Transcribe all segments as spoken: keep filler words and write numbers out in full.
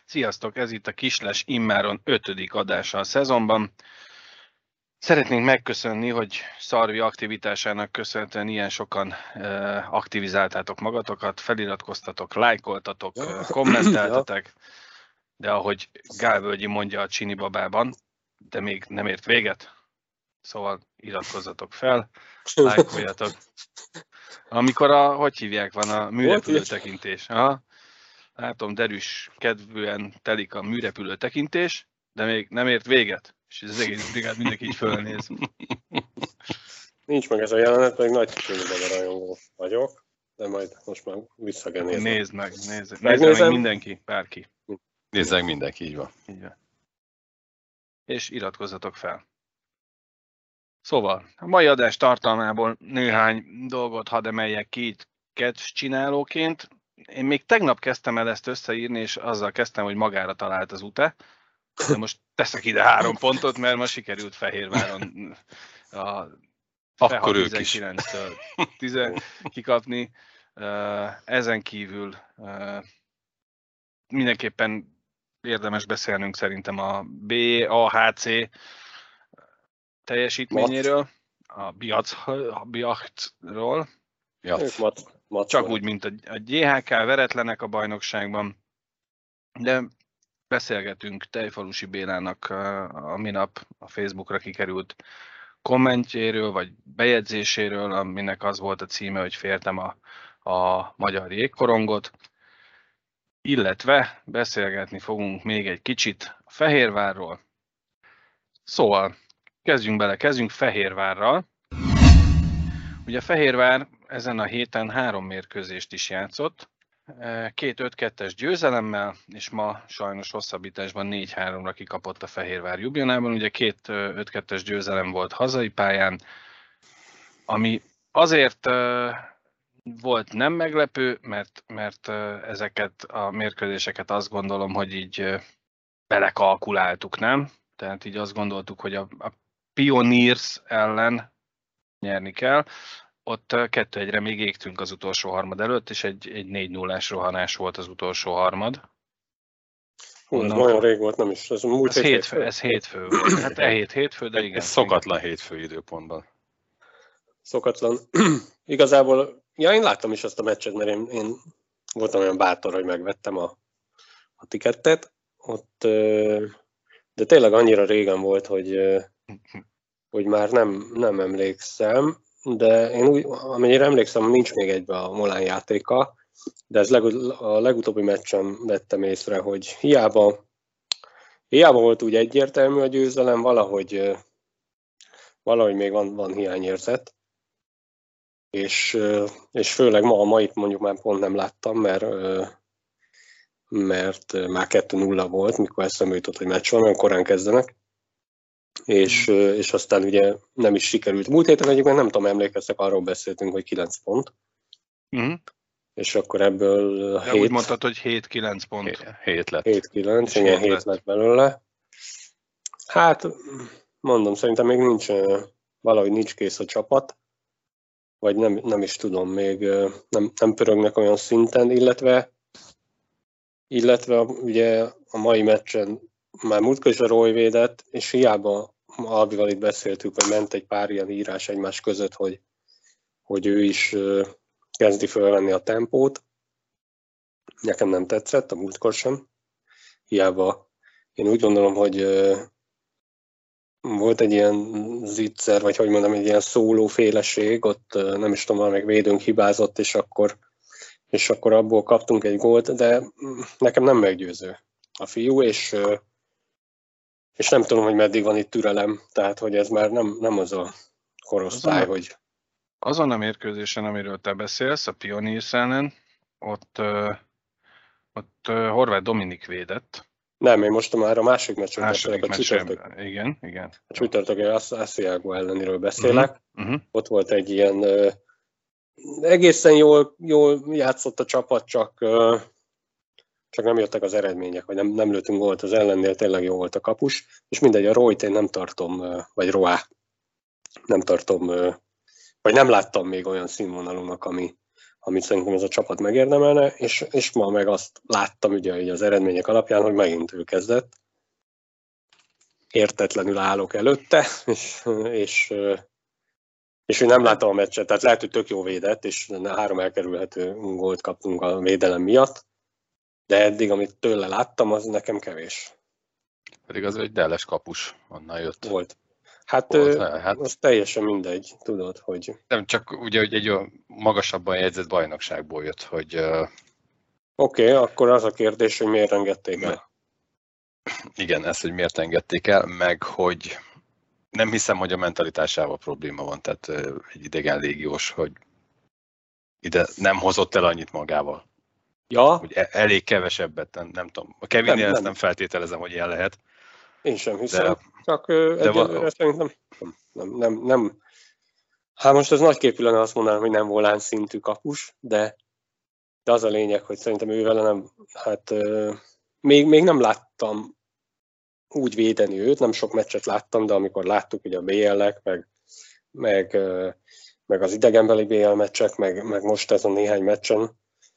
Sziasztok, ez itt a Kisles immáron ötödik adása a szezonban. Szeretnénk megköszönni, hogy Szarvi aktivitásának köszönhetően ilyen sokan uh, aktivizáltátok magatokat, feliratkoztatok, lájkoltatok, uh, kommenteltetek, de ahogy Gálvölgyi mondja a Csini babában, de még nem ért véget, szóval iratkozzatok fel, lájkoljatok. Amikor a, hogy hívják, van a műrepülő tekintés. Aha. Látom, derűs kedvűen telik a műrepülő tekintés, de még nem ért véget, és az egész brigád mindenki így fölnéz. Nincs meg ez a jelenet, pedig nagy Csini rajongó vagyok, de majd most már vissza kell nézni. Nézd meg, nézd, nézd meg mindenki, bárki. Nézd meg mindenki, így van. Így van. És iratkozzatok fel. Szóval, a mai adás tartalmából néhány dolgot hadd emeljek ki itt catch csinálóként. Én még tegnap kezdtem el ezt összeírni, és azzal kezdtem, hogy magára talált az ute. De most teszek ide három pontot, mert ma sikerült Fehérváron a Akkor ők tizenkilenctől tíz kikapni. Ezen kívül mindenképpen érdemes beszélnünk szerintem a bé á há cé teljesítményéről, a Biacról. Csak úgy, mint a gé há ká, veretlenek a bajnokságban, de beszélgetünk Tejfalusi Bélának a minap a Facebookra kikerült kommentjéről, vagy bejegyzéséről, aminek az volt a címe, hogy féltem a, a magyar jégkorongot, illetve beszélgetni fogunk még egy kicsit a Fehérvárról. Szóval, kezdjünk bele, kezdjünk Fehérvárral. Ugye Fehérvár ezen a héten három mérkőzést is játszott, két öt kettes győzelemmel, és ma sajnos hosszabbításban négy háromra kikapott a Fehérvár Ljubljanában. Ugye két öt kettes győzelem volt hazai pályán, ami azért volt nem meglepő, mert, mert ezeket a mérkőzéseket azt gondolom, hogy így belekalkuláltuk, nem? Tehát így azt gondoltuk, hogy a, a Pioneers ellen nyerni kell. Ott kettő egyre még égtünk az utolsó harmad előtt, és egy, egy négy nullás rohanás volt az utolsó harmad. Hú, ez nagyon rég volt, nem is. Ez, múlt ez, hétfő, ez hétfő volt. Hát e hét hétfő, de igen. Ez szokatlan hétfő időpontban. Szokatlan. Igazából, ja, én láttam is azt a meccset, mert én, én voltam olyan bátor, hogy megvettem a, a tikettet. Ott, de tényleg annyira régen volt, hogy, hogy már nem, nem emlékszem. De én úgy, amennyire emlékszem, nincs még egybe a Molán játéka, de ez legut- a legutóbbi meccsen vettem észre, hogy hiába, hiába volt úgy egyértelmű a győzelem, valahogy, valahogy még van, van hiányérzet. És, és főleg ma a mait mondjuk már pont nem láttam, mert, mert már kettő nulla volt, mikor eszembe jutott, hogy meccs van, olyan korán kezdenek. És, és aztán ugye nem is sikerült. Múlt héten egyébként nem tudom, emlékeztek, arról beszéltünk, hogy kilenc pont. Uh-huh. És akkor ebből de hét... úgy mondtad, hogy hét-kilenc pont. hét lett. hét-kilenc, igen, hét lett belőle. Hát, mondom, szerintem még nincs, valahogy nincs kész a csapat. Vagy nem, nem is tudom, még nem, nem pörögnek olyan szinten, illetve, illetve ugye a mai meccsen már múltkor is a Roy védett, és hiába Albival itt beszéltük, hogy ment egy pár ilyen írás egymás között, hogy, hogy ő is kezdi fölvenni a tempót. Nekem nem tetszett, a múltkor sem. Hiába én úgy gondolom, hogy volt egy ilyen zicser, vagy hogy mondom, egy ilyen szólóféleség, ott nem is tudom, meg védőnk hibázott, és akkor, és akkor abból kaptunk egy gólt, de nekem nem meggyőző a fiú, és És nem tudom, hogy meddig van itt türelem, tehát hogy ez már nem, nem az a korosztály, azon, hogy... Azon a mérkőzésen, amiről te beszélsz, a Pioneers ellen, ott, ott Horváth Dominik védett. Nem, én most már a másik meccsen második beszélek, a csütörtök. Igen, igen. A csütörtök, az Asiago elleniről beszélek. Uh-huh, uh-huh. Ott volt egy ilyen... Uh, egészen jól, jól játszott a csapat, csak... Uh, csak nem jöttek az eredmények, vagy nem, nem lőttünk gólt az ellennél, tényleg jó volt a kapus, és mindegy, a Royt én nem tartom, vagy Roá, nem tartom, vagy nem láttam még olyan színvonalúnak, ami, amit szerintem ez a csapat megérdemelne, és, és ma meg azt láttam ugye így az eredmények alapján, hogy megint ő kezdett. Értetlenül állok előtte, és, és, és én nem láttam a meccset, tehát lehet, hogy tök jó védett, és három elkerülhető gólt kaptunk a védelem miatt, de eddig, amit tőle láttam, az nekem kevés. Pedig az egy Delles kapus, onnan jött. Volt. Hát, Volt, ö, hát az teljesen mindegy, tudod, hogy... nem csak ugye, hogy egy olyan magasabban jegyzett bajnokságból jött, hogy... Uh, Oké, okay, akkor az a kérdés, hogy miért engedték el. Igen, ezt, hogy miért engedték el, meg hogy nem hiszem, hogy a mentalitásával probléma van, tehát uh, egy idegen légiós, hogy ide nem hozott el annyit magával. Ja? Hogy elég kevesebbet, nem, nem tudom. A Kevinnél nem, ezt nem. nem feltételezem, hogy ilyen lehet. Én sem hiszem, de, csak de egyelőre va- szerintem nem, nem, nem, nem. Hát most ez nagyképű lenne azt mondanám, hogy nem volán szintű kapus, de, de az a lényeg, hogy szerintem ő vele nem, hát még, még nem láttam úgy védeni őt, nem sok meccset láttam, de amikor láttuk ugye a bé el-ek, meg, meg, meg az idegenbeli bé el meccsek, meg, meg most ez a néhány meccsen,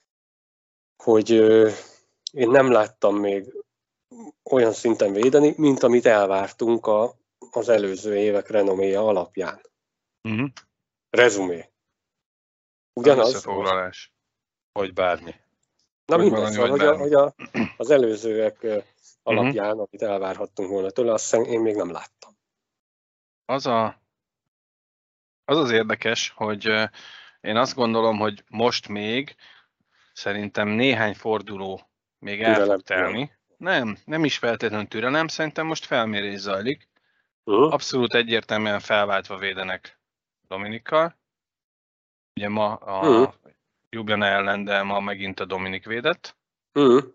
hogy én nem láttam még olyan szinten védeni, mint amit elvártunk a, az előző évek renoméja alapján. Uh-huh. Rezumé. Ugyanaz. Összefoglalás. Hogy bármi. Na mindegy, szóval, hogy, a, hogy a, az előzőek alapján, uh-huh. amit elvárhattunk volna tőle, azt én még nem láttam. Az a, az az érdekes, hogy én azt gondolom, hogy most még szerintem néhány forduló még el fog telni. Nem, nem is feltétlenül türelem, szerintem most felmérés zajlik. Uh-huh. Abszolút egyértelműen felváltva védenek Dominikkal. Ugye ma a uh-huh. Ljubljana ellen, de ma megint a Dominik védett. Uh-huh.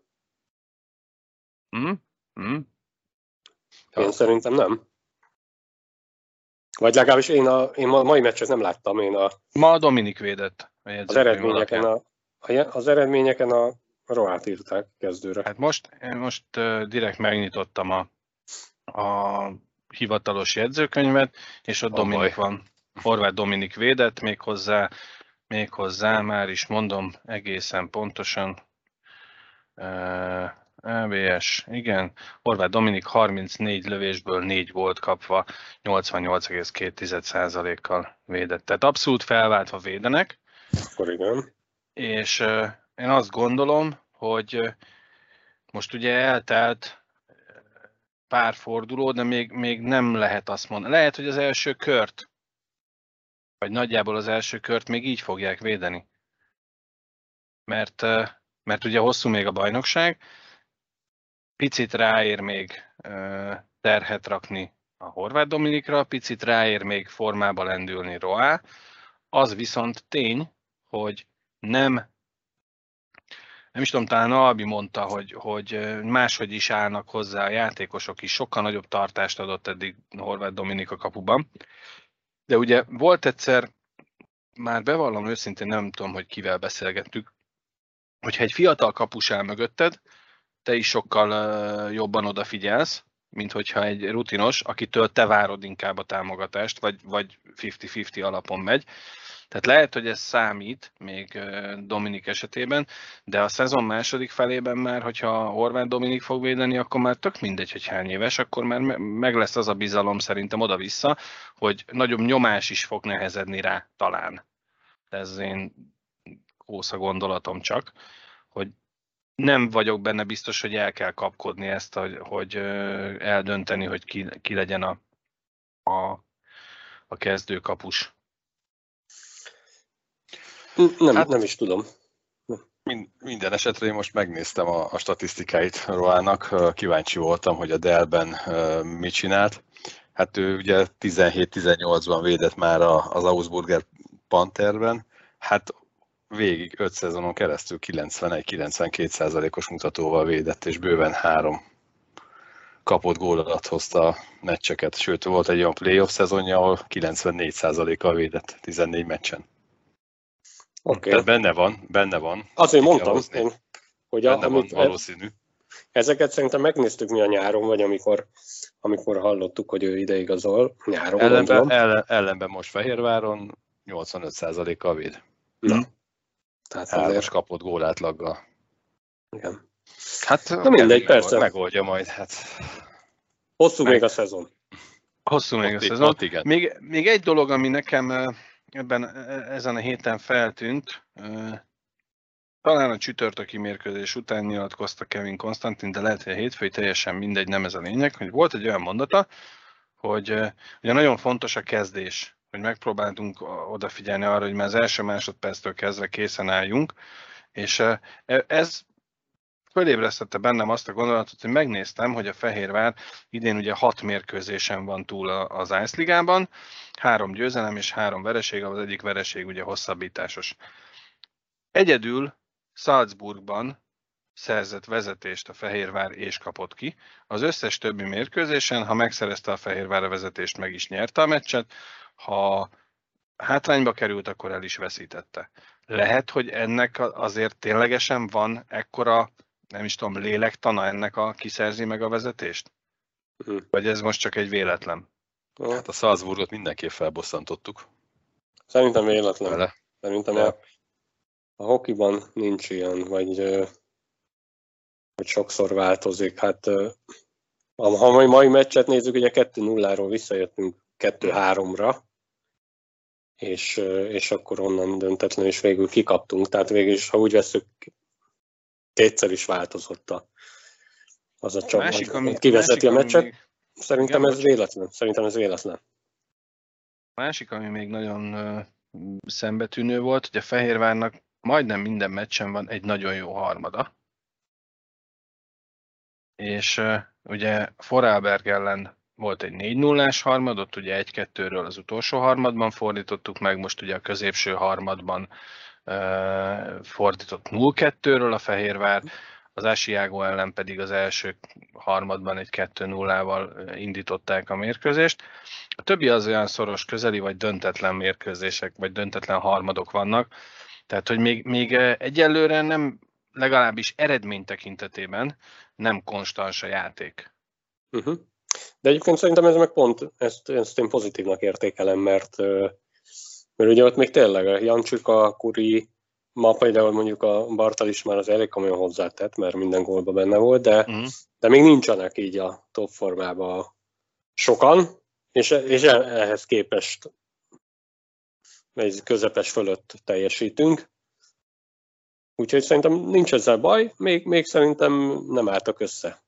Uh-huh. Uh-huh. Én szerintem nem. Vagy legalábbis én a én ma, mai meccset nem láttam. Én a, ma a Dominik védett. A az, eredményeken a, az eredményeken a Roát írták kezdőre. Hát most, én most uh, direkt megnyitottam a, a hivatalos jegyzőkönyvet, és ott oh, Dominik baj. van. Horváth Dominik védett, méghozzá, méghozzá, már is mondom egészen pontosan, uh, á bé es, igen, Horváth Dominik harmincnégy lövésből négy gólt kapva, nyolcvannyolc egész két százalékkal védett. Tehát abszolút felváltva védenek. Akkor igen. És uh, én azt gondolom, hogy uh, most ugye eltelt pár forduló, de még, még nem lehet azt mondani. Lehet, hogy az első kört, vagy nagyjából az első kört még így fogják védeni. Mert, mert ugye hosszú még a bajnokság, picit ráér még terhet rakni a Horváth Dominikra, picit ráér még formába lendülni Roá. Az viszont tény, hogy nem Nem is tudom, talán Albi mondta, hogy, hogy máshogy is állnak hozzá a játékosok is, sokkal nagyobb tartást adott eddig Horváth Dominik a kapuban. De ugye volt egyszer, már bevallom őszintén, nem tudom, hogy kivel beszélgettük, hogyha egy fiatal kapus áll mögötted, te is sokkal jobban odafigyelsz, mint hogyha egy rutinos, akitől te várod inkább a támogatást, vagy, vagy fifty-fifty alapon megy. Tehát lehet, hogy ez számít még Dominik esetében, de a szezon második felében már, hogyha Horváth Dominik fog védeni, akkor már tök mindegy, hogy hány éves, akkor már meg lesz az a bizalom szerintem oda-vissza, hogy nagyobb nyomás is fog nehezedni rá talán. Ez az én kósza gondolatom csak, hogy nem vagyok benne biztos, hogy el kell kapkodni ezt, hogy, hogy eldönteni, hogy ki, ki legyen a, a, a kezdőkapus. Nem, hát, nem is tudom. Minden esetre én most megnéztem a, a statisztikáit Roának, kíváncsi voltam, hogy a Dellben mit csinált. Hát ő ugye tizenhét tizennyolcban védett már az Augsburger Pantherben, hát végig öt szezonon keresztül kilencvenegy-kilencvenkét százalékos mutatóval védett, és bőven három kapott gól alatt hozta a meccseket. Sőt, volt egy olyan playoff szezonja, ahol kilencvennégy százalékkal védett tizennégy meccsen. Okay. Tehát benne van, benne van. Azért mondtam, én, hogy benne a, van, valószínű. Ezeket szerintem megnéztük mi a nyáron, vagy amikor, amikor hallottuk, hogy ő ide igazol. Nyáron, ellenben, ellen, ellenben most Fehérváron nyolcvanöt százalékkal véd. Na. Tehát Hármas azért... kapott gólátlaggal. Igen. Hát na mindegy, persze. Megoldja majd. Hát. Hosszú Meg... még a szezon. Hosszú még ott, a szezon. Ott igen. Még, még egy dolog, ami nekem ebben ezen a héten feltűnt, talán a csütörtöki mérkőzés után nyilatkozta Kevin Konstantin, de lehet, hogy a hétfői teljesen mindegy, nem ez a lényeg, hogy volt egy olyan mondata, hogy ugye nagyon fontos a kezdés, hogy megpróbáltunk odafigyelni arra, hogy már az első másodperctől kezdve készen álljunk, és ez fölébresztette bennem azt a gondolatot, hogy megnéztem, hogy a Fehérvár idén ugye hat mérkőzésen van túl az Ice Ligában, három győzelem és három vereség, az egyik vereség ugye hosszabbításos. Egyedül Salzburgban szerzett vezetést a Fehérvár és kapott ki. Az összes többi mérkőzésen, ha megszerezte a Fehérvár a vezetést, meg is nyerte a meccset, ha hátrányba került, akkor el is veszítette. Lehet, hogy ennek azért ténylegesen van ekkora, nem is tudom, lélektana ennek a kiszerzi meg a vezetést? Hm. Vagy ez most csak egy véletlen? Hát a Salzburgot mindenképp felbosszantottuk. Szerintem véletlen. Vele. Szerintem a, a hokiban nincs ilyen, vagy hogy sokszor változik. Hát ha mai, mai meccset nézzük, ugye kettő nulláról visszajöttünk kettő háromra, és, és akkor onnan döntetlen is végül kikaptunk. Tehát végül is, ha úgy veszük, kétszer is változott a, az a csapat, hogy kivezeti a meccset. Még... Szerintem igen, ez bocs. véletlen. Szerintem ez véletlen. A másik, ami még nagyon uh, szembetűnő volt, hogy a Fehérvárnak majdnem minden meccsen van egy nagyon jó harmada. És uh, ugye Vorarlberg ellen volt egy négy nullás harmad, ott ugye egy kettőről az utolsó harmadban fordítottuk meg, most ugye a középső harmadban uh, fordított nulla kettőről a Fehérvár, az Asiago ellen pedig az első harmadban egy kettő nullával indították a mérkőzést. A többi az olyan szoros közeli vagy döntetlen mérkőzések, vagy döntetlen harmadok vannak, tehát hogy még, még egyelőre nem, legalábbis eredmény tekintetében nem konstans a játék. Uh-huh. De egyébként szerintem ez meg pont, ezt, ezt én pozitívnak értékelem, mert, mert ugye ott még tényleg a Jancsika, Kuri, ma például mondjuk a Bartal is már az elég komolyan hozzátett, mert minden gólban benne volt, de, uh-huh. de még nincsenek így a top formában sokan, és, és ehhez képest egy közepes fölött teljesítünk. Úgyhogy szerintem nincs ezzel baj, még, még szerintem nem álltak össze.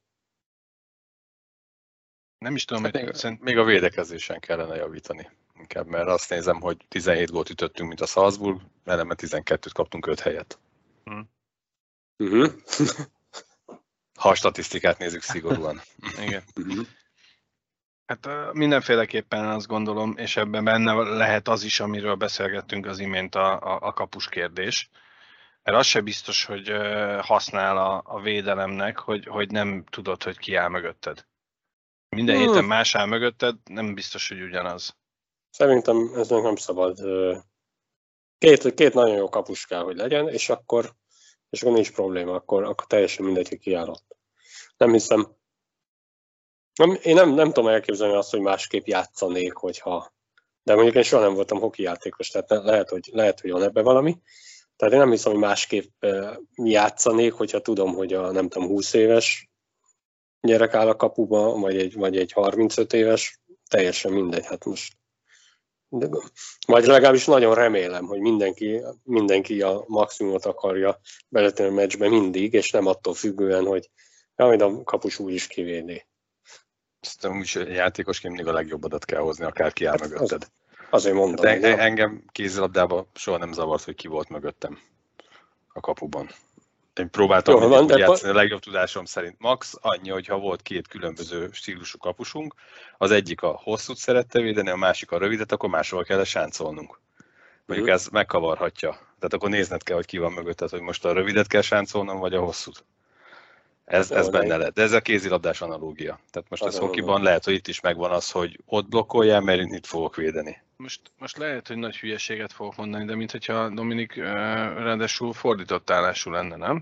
Nem is tudom, hát hogy még, szerint... még a védekezésen kellene javítani. Inkább, mert azt nézem, hogy tizenhét gólt ütöttünk, mint a Salzburg, ellenben tizenkettőt kaptunk öt helyet. Hmm. Uh-huh. Ha a statisztikát nézzük szigorúan. Igen. Uh-huh. Hát mindenféleképpen azt gondolom, és ebben benne lehet az is, amiről beszélgettünk az imént, a, a, a kapus kérdés. Mert az se biztos, hogy használ a, a védelemnek, hogy, hogy nem tudod, hogy ki áll mögötted. Minden hmm. héten más áll mögötted, nem biztos, hogy ugyanaz. Szerintem ez nem szabad. Két, két nagyon jó kapus kell, hogy legyen, és akkor, és akkor nincs probléma, akkor, akkor teljesen mindegy, hogy kiállott. Nem hiszem. Nem, én nem, nem tudom elképzelni azt, hogy másképp játszanék, hogyha... De mondjuk én soha nem voltam hoki játékos, tehát lehet, hogy, lehet, hogy van ebben valami. Tehát én nem hiszem, hogy másképp játszanék, hogyha tudom, hogy a nem tudom, húsz éves gyerek áll a kapuba, vagy egy, vagy egy harmincöt éves, teljesen mindegy. Hát most... De, vagy legalábbis nagyon remélem, hogy mindenki, mindenki a maximumot akarja beletenni a meccsbe mindig, és nem attól függően, hogy majd a kapus úgy is kivédi. Szerintem úgy játékosként mindig a legjobbadat kell hozni, akár ki áll hát mögötted. Az, azért mondom. De en, engem kézilabdában soha nem zavart, hogy ki volt mögöttem a kapuban. Én próbáltam Jó, van, úgy játszani a legjobb tudásom szerint. Max annyi, hogyha volt két különböző stílusú kapusunk, az egyik a hosszút szerette védeni, a másik a rövidet, akkor máshol kell sáncolnunk. Mondjuk ez megkavarhatja. Tehát akkor nézned kell, hogy ki van mögötted, hogy most a rövidet kell sáncolnom, vagy a hosszút. Ez, ez benne lehet. De ez a kézilabdás analógia. Tehát most az ez hokiban lehet, hogy itt is megvan az, hogy ott blokkoljál, mert itt fogok védeni. Most, most lehet, hogy nagy hülyeséget fogok mondani, de mintha Dominik uh, ráadásul fordított állású lenne, nem?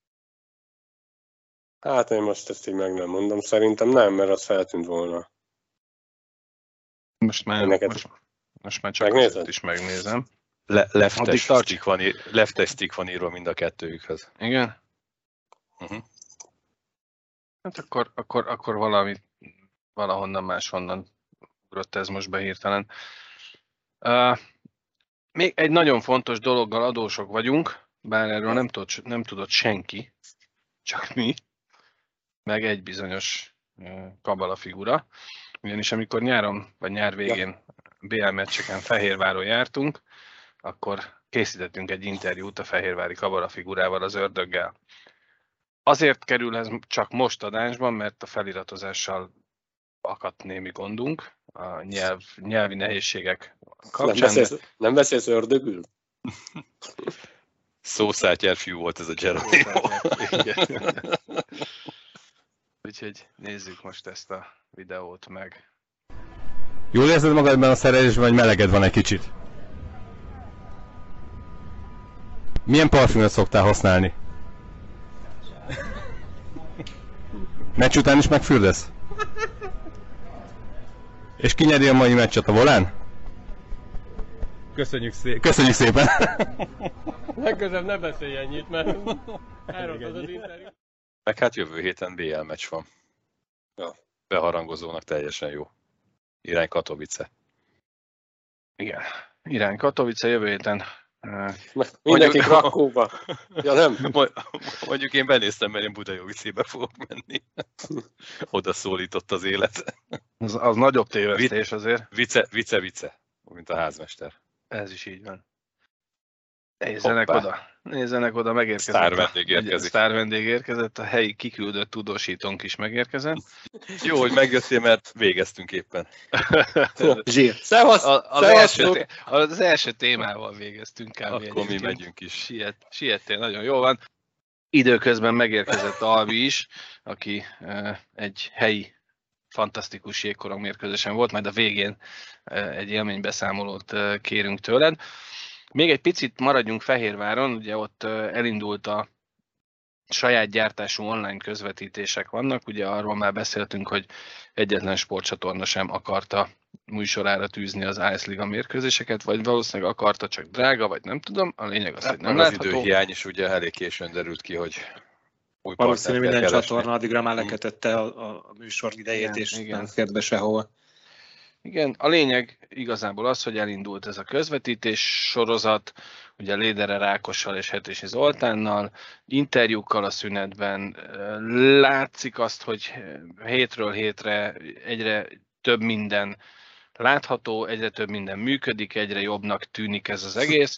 Hát én most ezt így meg nem mondom. Szerintem nem, mert az feltűnt volna. Most már, most, most már csak azt is megnézem. Le, leftes, stick van, leftes stick van írva mind a kettőjükhöz. Igen? Uh-huh. Hát akkor, akkor, akkor valami, valahonnan máshonnan ugrott ez most be hirtelen. Uh, még egy nagyon fontos dologgal adósok vagyunk, bár erről nem tudott, nem tudott senki, csak mi, meg egy bizonyos uh, kabala figura. Ugyanis amikor nyáron, vagy nyár végén bé el meccseken Fehérváron jártunk, akkor készítettünk egy interjút a fehérvári kabala figurával, az Ördöggel. Azért kerül ez csak most adásban, mert a feliratozással akadt némi gondunk, a nyelv, nyelvi nehézségek kapcsán. Nem beszélsz, nem beszélsz ördögül? Szószátyár fiú volt ez a Geronimo. Úgyhogy nézzük most ezt a videót meg. Jól érzed magad ebben a szerelésben, vagy meleged van egy kicsit? Milyen parfümöt szoktál használni? Meccs után is megfürdesz? És ki nyeri a mai meccset, a Volán? Köszönjük, szé- Köszönjük szépen! Legközelebb ne beszélj ennyit, mert elrontad az interjút. Meg hát jövő héten bé el meccs van. Ja. Beharangozónak teljesen jó. Irány Katowice. Igen, irány Katowice jövő héten. Mindenki Krakóba. Ja nem? Mondjuk én benéztem, mert én Budajovicébe fogok menni. Oda szólított az élet. Az, az nagyobb tévesztés azért. Vice, vice, vice, mint a házmester. Ez is így van. Nézzenek Hoppá. oda, nézzenek oda, megérkezett. Sztár vendég érkezik. Sztár vendég érkezett, a helyi kiküldött tudósítónk is megérkezett. Jó, hogy megjöttél, mert végeztünk éppen. Zsír. Szevasz! Az, az, első, az első témával végeztünk kb. Akkor mi megyünk is. Siet, siettél, nagyon jó van. Időközben megérkezett Albi is, aki egy helyi fantasztikus jégkorong mérkőzésen volt, majd a végén egy élménybeszámolót kérünk tőled. Még egy picit maradjunk Fehérváron, ugye ott elindult a saját gyártású online közvetítések vannak, ugye arról már beszéltünk, hogy egyetlen sportcsatorna sem akarta műsorára tűzni az Ice Liga mérkőzéseket, vagy valószínűleg akarta, csak drága, vagy nem tudom, a lényeg az, hogy nem az látható. Az időhiány is ugye elég későn derült ki, hogy új valószínű minden keresni. Csatorna addigra már lekötötte a, a műsor idejét, igen, és igen. nem fért be sehol. Igen, a lényeg igazából az, hogy elindult ez a közvetítés sorozat, ugye Lédere Rákossal és Hetési Zoltánnal, interjúkkal a szünetben. Látszik azt, hogy hétről hétre egyre több minden látható, egyre több minden működik, egyre jobbnak tűnik ez az egész.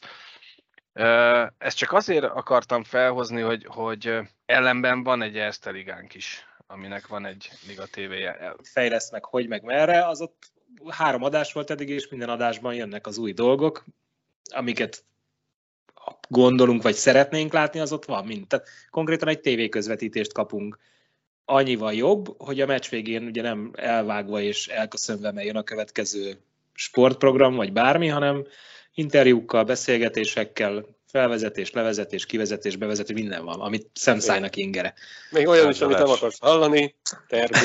Ezt csak azért akartam felhozni, hogy, hogy ellenben van egy Erste Ligánk is, aminek van egy Liga té véje. Fejlesznek hogy meg merre, az ott három adás volt eddig, és minden adásban jönnek az új dolgok, amiket gondolunk, vagy szeretnénk látni, az ott van mind. Tehát konkrétan egy tévéközvetítést kapunk. Annyival jobb, hogy a meccs végén ugye nem elvágva és elköszönve jön a következő sportprogram, vagy bármi, hanem interjúkkal, beszélgetésekkel, felvezetés, levezetés, kivezetés, bevezetés, minden van, amit szemszájnak ingere. Még olyan is, amit nem akarsz hallani, terbi.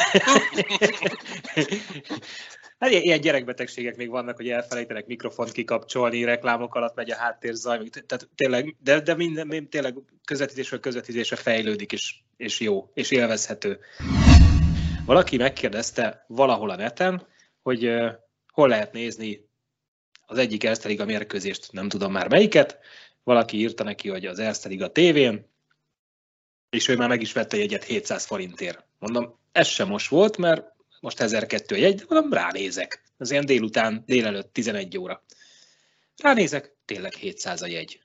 Hát ilyen gyerekbetegségek még vannak, hogy elfelejtenek mikrofont kikapcsolni, reklámok alatt megy a háttérzaj, tehát tényleg, de, de minden tényleg közvetítésről közvetítésre fejlődik, és, és jó, és élvezhető. Valaki megkérdezte valahol a neten, hogy uh, hol lehet nézni az egyik Erste Liga mérkőzést, nem tudom már melyiket, valaki írta neki, hogy az Erste Liga tévén, és ő már meg is vette jegyet hétszáz forintért. Mondom, ez sem most volt, mert most ezerkettő jegy, de mondom, ránézek. Az ilyen délután, délelőtt tizenegy óra. Ránézek, tényleg hétszáz a jegy.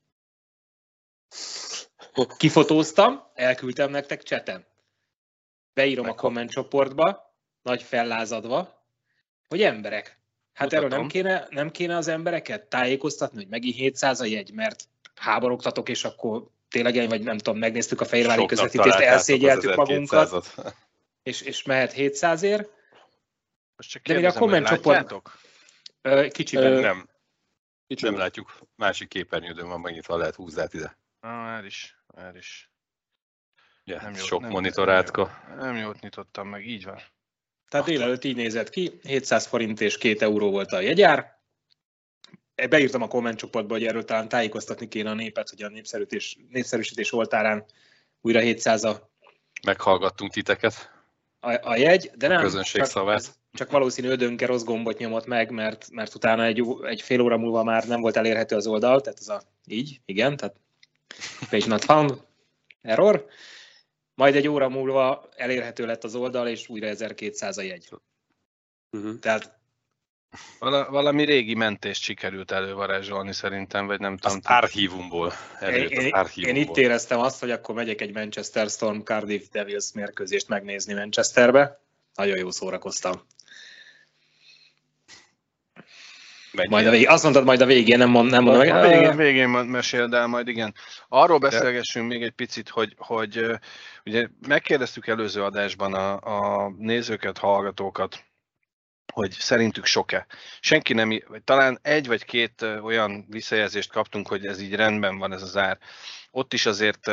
Kifotóztam, elküldtem nektek cseten. Beírom a komment csoportba, nagy fellázadva, hogy emberek, hát Mutatom. erről nem kéne, nem kéne az embereket tájékoztatni, hogy megint hétszáz a jegy, mert háborogtatok, és akkor tényleg, vagy nem tudom, megnéztük a fehérvári közvetítést, elszégyeltük magunkat, és, és mehet hétszázért. Most csak de még a komment csoport... Kicsiben. Ö, nem. Kicsiben. Nem látjuk. Másik képernyődön van megnyitva, lehet húzni át ide. Ah, el is. El is. Ja, nem sok nem, monitorátka. Nem, nem jót nyitottam meg, így van. Tehát délelőtt így nézett ki, hétszáz forint és két euró volt a jegyár. beírtam a kommentcsoportba, hogy erről talán tájékoztatni kéne a népet, hogy a népszerűsítés, népszerűsítés oltárán újra hétszáz a, Meghallgattunk titeket. a, a jegy, de A nem, közönség csak, szavát. csak valószínű Ödönke rossz gombot nyomott meg, mert, mert utána egy, egy fél óra múlva már nem volt elérhető az oldal, tehát ez a így, igen, tehát page not found, error. Majd egy óra múlva elérhető lett az oldal, és újra ezerkétszáz a jegy. Uh-huh. Tehát Vala, valami régi mentést sikerült elővarázsolni szerintem, vagy nem tudom. Az archívumból. Előtt én, az én, archívumból. én itt éreztem azt, hogy akkor megyek egy Manchester Storm Cardiff Devils mérkőzést megnézni Manchesterbe. Nagyon jó szórakoztam. Mennyi Majd a végén, azt mondtad, majd a végén, nem, mond, nem mondom meg. A végén, végén meséld el majd, igen. Arról beszélgessünk még egy picit, hogy, hogy ugye megkérdeztük előző adásban a, a nézőket, hallgatókat, hogy szerintük sok-e. Senki nem, vagy talán egy vagy két olyan visszajelzést kaptunk, hogy ez így rendben van ez az ár. Ott is azért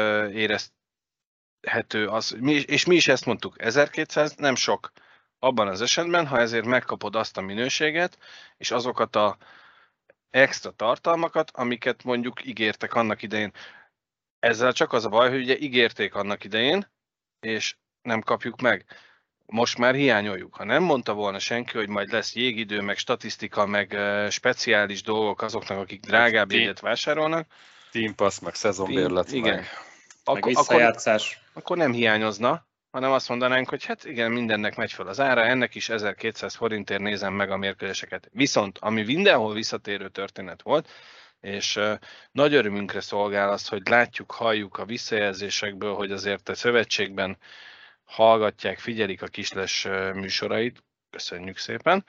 érezhető az, és mi is ezt mondtuk, ezerkétszáz nem sok. Abban az esetben, ha ezért megkapod azt a minőséget, és azokat a extra tartalmakat, amiket mondjuk ígértek annak idején. Ezzel csak az a baj, hogy ugye ígérték annak idején, és nem kapjuk meg. Most már hiányoljuk. Ha nem mondta volna senki, hogy majd lesz jégidő, meg statisztika, meg speciális dolgok azoknak, akik drágább jegyet vásárolnak. Team Pass, meg szezonbérlet, igen. meg... Akkor, meg visszajátszás. Akkor, akkor nem hiányozna, hanem azt mondanánk, hogy hát igen, mindennek megy fel az ára, ennek is ezerkétszáz forintért nézem meg a mérkőzéseket. Viszont, ami mindenhol visszatérő történet volt, és uh, nagy örömünkre szolgál az, hogy látjuk, halljuk a visszajelzésekből, hogy azért a szövetségben hallgatják, figyelik a Kisles uh, műsorait, köszönjük szépen.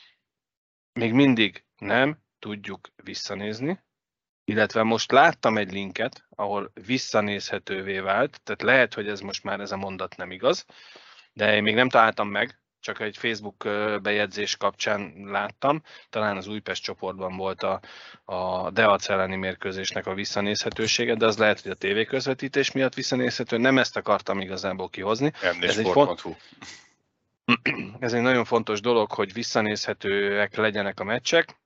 Még mindig nem tudjuk visszanézni, illetve most láttam egy linket, ahol visszanézhetővé vált, tehát lehet, hogy ez most már ez a mondat nem igaz, de én még nem találtam meg, csak egy Facebook bejegyzés kapcsán láttam, talán az Újpest csoportban volt a, a Deac elleni mérkőzésnek a visszanézhetősége, de az lehet, hogy a tévéközvetítés miatt visszanézhető, nem ezt akartam igazából kihozni. Ez egy, font... ez egy nagyon fontos dolog, hogy visszanézhetőek legyenek a meccsek.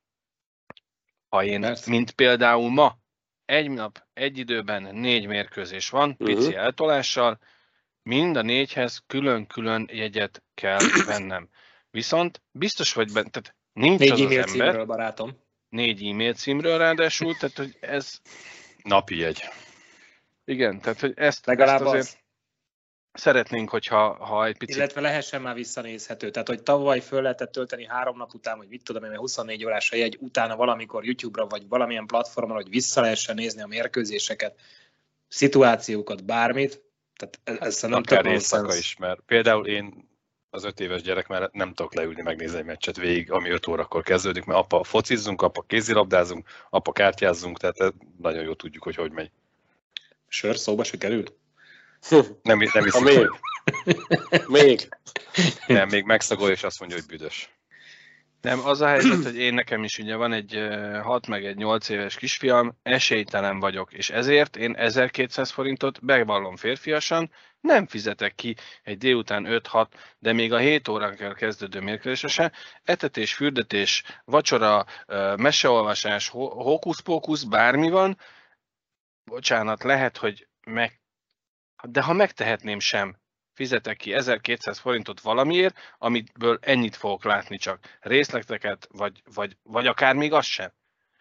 Ha én, Persze. mint például ma, egy nap, egy időben négy mérkőzés van, pici uh-huh. eltolással, mind a négyhez külön-külön jegyet kell vennem. Viszont biztos vagy benne, tehát nincs négy az e-mail az ember. Címről, barátom. Négy e-mail címről ráadásul, tehát hogy ez... Napi jegy. Igen, tehát hogy ezt, Legalább ezt azért az. szeretnénk, hogyha ha egy picit... Illetve lehessen már visszanézhető. Tehát, hogy tavaly föl lehetett tölteni három nap után, vagy mit tudom én, huszonnégy órás a jegy, utána valamikor YouTube-ra, vagy valamilyen platformon, hogy vissza lehessen nézni a mérkőzéseket, szituációkat, bármit. Tehát ez nem akár éjszaka is, mert például én az öt éves gyerek már nem tudok leülni megnézni egy meccset végig, ami öt órakor kezdődik, mert apa focizzunk, apa kézilabdázunk, apa kártyázzunk, tehát nagyon jól tudjuk, hogy hogy megy. Sör szóba se kerül? Nem, nem is. Még. Még. Nem, még megszagolja, és azt mondja, hogy büdös. Nem, az a helyzet, hogy én nekem is ugye van egy hat meg egy nyolc éves kisfiam, esélytelen vagyok, és ezért én ezerkétszáz forintot bevallom férfiasan, nem fizetek ki egy délután öt-hat, de még a hét órakor kezdődő mérkőzésre se, etetés, fürdetés, vacsora, meseolvasás, hókusz-pókusz, bármi van, bocsánat, lehet, hogy meg, de ha megtehetném sem, fizetek ki ezerkétszáz forintot valamiért, amiből ennyit fogok látni csak. Részleteket, vagy, vagy, vagy akár még az sem.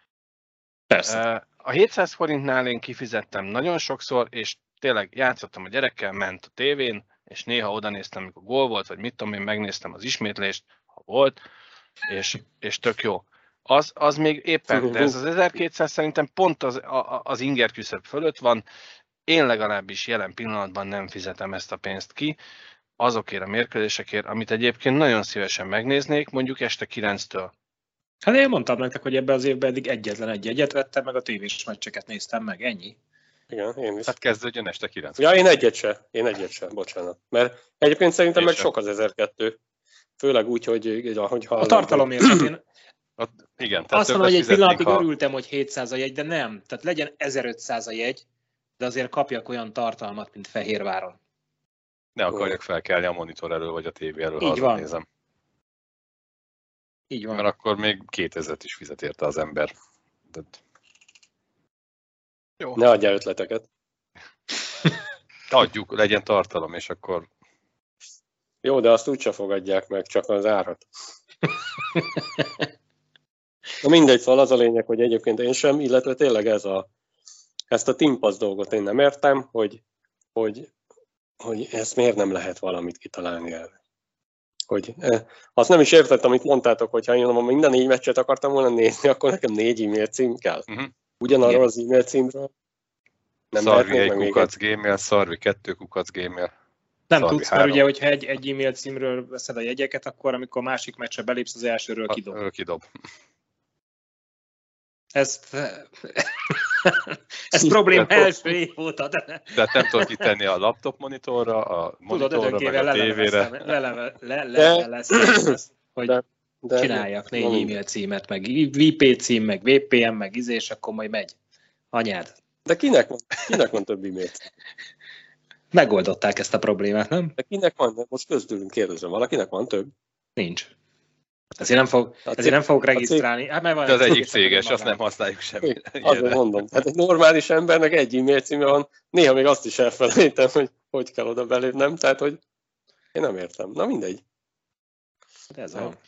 Persze. A hétszáz forintnál én kifizettem nagyon sokszor, és tényleg játszottam a gyerekkel, ment a tévén, és néha oda néztem, amikor gól volt, vagy mit tudom én, megnéztem az ismétlést, ha volt, és, és tök jó. Az, az még éppen, de ez az ezerkétszáz szerintem pont az, az inger küszöb fölött van. Én legalábbis jelen pillanatban nem fizetem ezt a pénzt ki azokért a mérkőzésekért, amit egyébként nagyon szívesen megnéznék, mondjuk este kilenctől. Hát én mondtam nektek, hogy ebben az évben eddig egyetlen egy jegyet vettem, meg a tévés meccseket néztem meg, ennyi. Igen, én is. Hát kezdődjön este kilenc. Ja, én egyet se, én egyet se, bocsánat. Mert egyébként szerintem én meg sem. Sok az ezerkettő. Főleg úgy, hogy... hogy a tartalomért. Én... A, igen, azt mondom, hogy egy pillanatig ha... örültem, hogy hétszáz a jegy, de nem. Tehát legyen ezerötszáz a jegy, de azért kapjak olyan tartalmat, mint Fehérváron. Ne akarjak felkelni a monitor elől, vagy a tévé elől, ha nézem. Így van. Mert akkor még kétezret is fizet érte az ember. Tehát Jó. Ne adjál ötleteket. adjuk, legyen tartalom, és akkor Jó, de azt úgyse fogadják meg, csak az árat. Na mindegy, szóval az a lényeg, hogy egyébként én sem, illetve tényleg ez a, ezt a Team dolgot én nem értem, hogy, hogy, hogy ezt miért nem lehet valamit kitalálni el. Hogy, eh, azt nem is értettem, amit mondtátok, hogy ha én minden négy meccset akartam volna nézni, akkor nekem négy e-mail cím kell. uh-huh. Ugyanarról az e-mail címről. Nem Szarvi egy meg kukac gmail, Szarvi kettő kukac gmail. Nem Szarvi tudsz, mert három. ugye, hogyha egy, egy e-mail címről veszed a jegyeket, akkor amikor másik meccsre belépsz, az elsőről kidob. Ha, kidob. Ezt, ez probléma első év óta, de Tehát nem tudod kitenni a laptop monitorra, a monitorra, meg a tévére. leleveleztem, hogy De- de- csináljak négy na mindegy. e-mail címet, meg vé pé cím, meg vé pé en, meg izé, és akkor majd megy. Anyád. De kinek van, kinek van több e-mail cím? Megoldották ezt a problémát, nem? De kinek van? De most köztülünk kérdezem, valakinek van több? Nincs. Ezért nem, fog, A ezért nem fogok cég- regisztrálni. Hát, mert van De az egy egyik cég, és céges, akkor azt nem használjuk semmire. Azért mondom. Hát egy normális embernek egy e-mail címe van, néha még azt is elfelejtem, hogy hogy kell oda belépnem, tehát hogy én nem értem. Na mindegy. De ez van.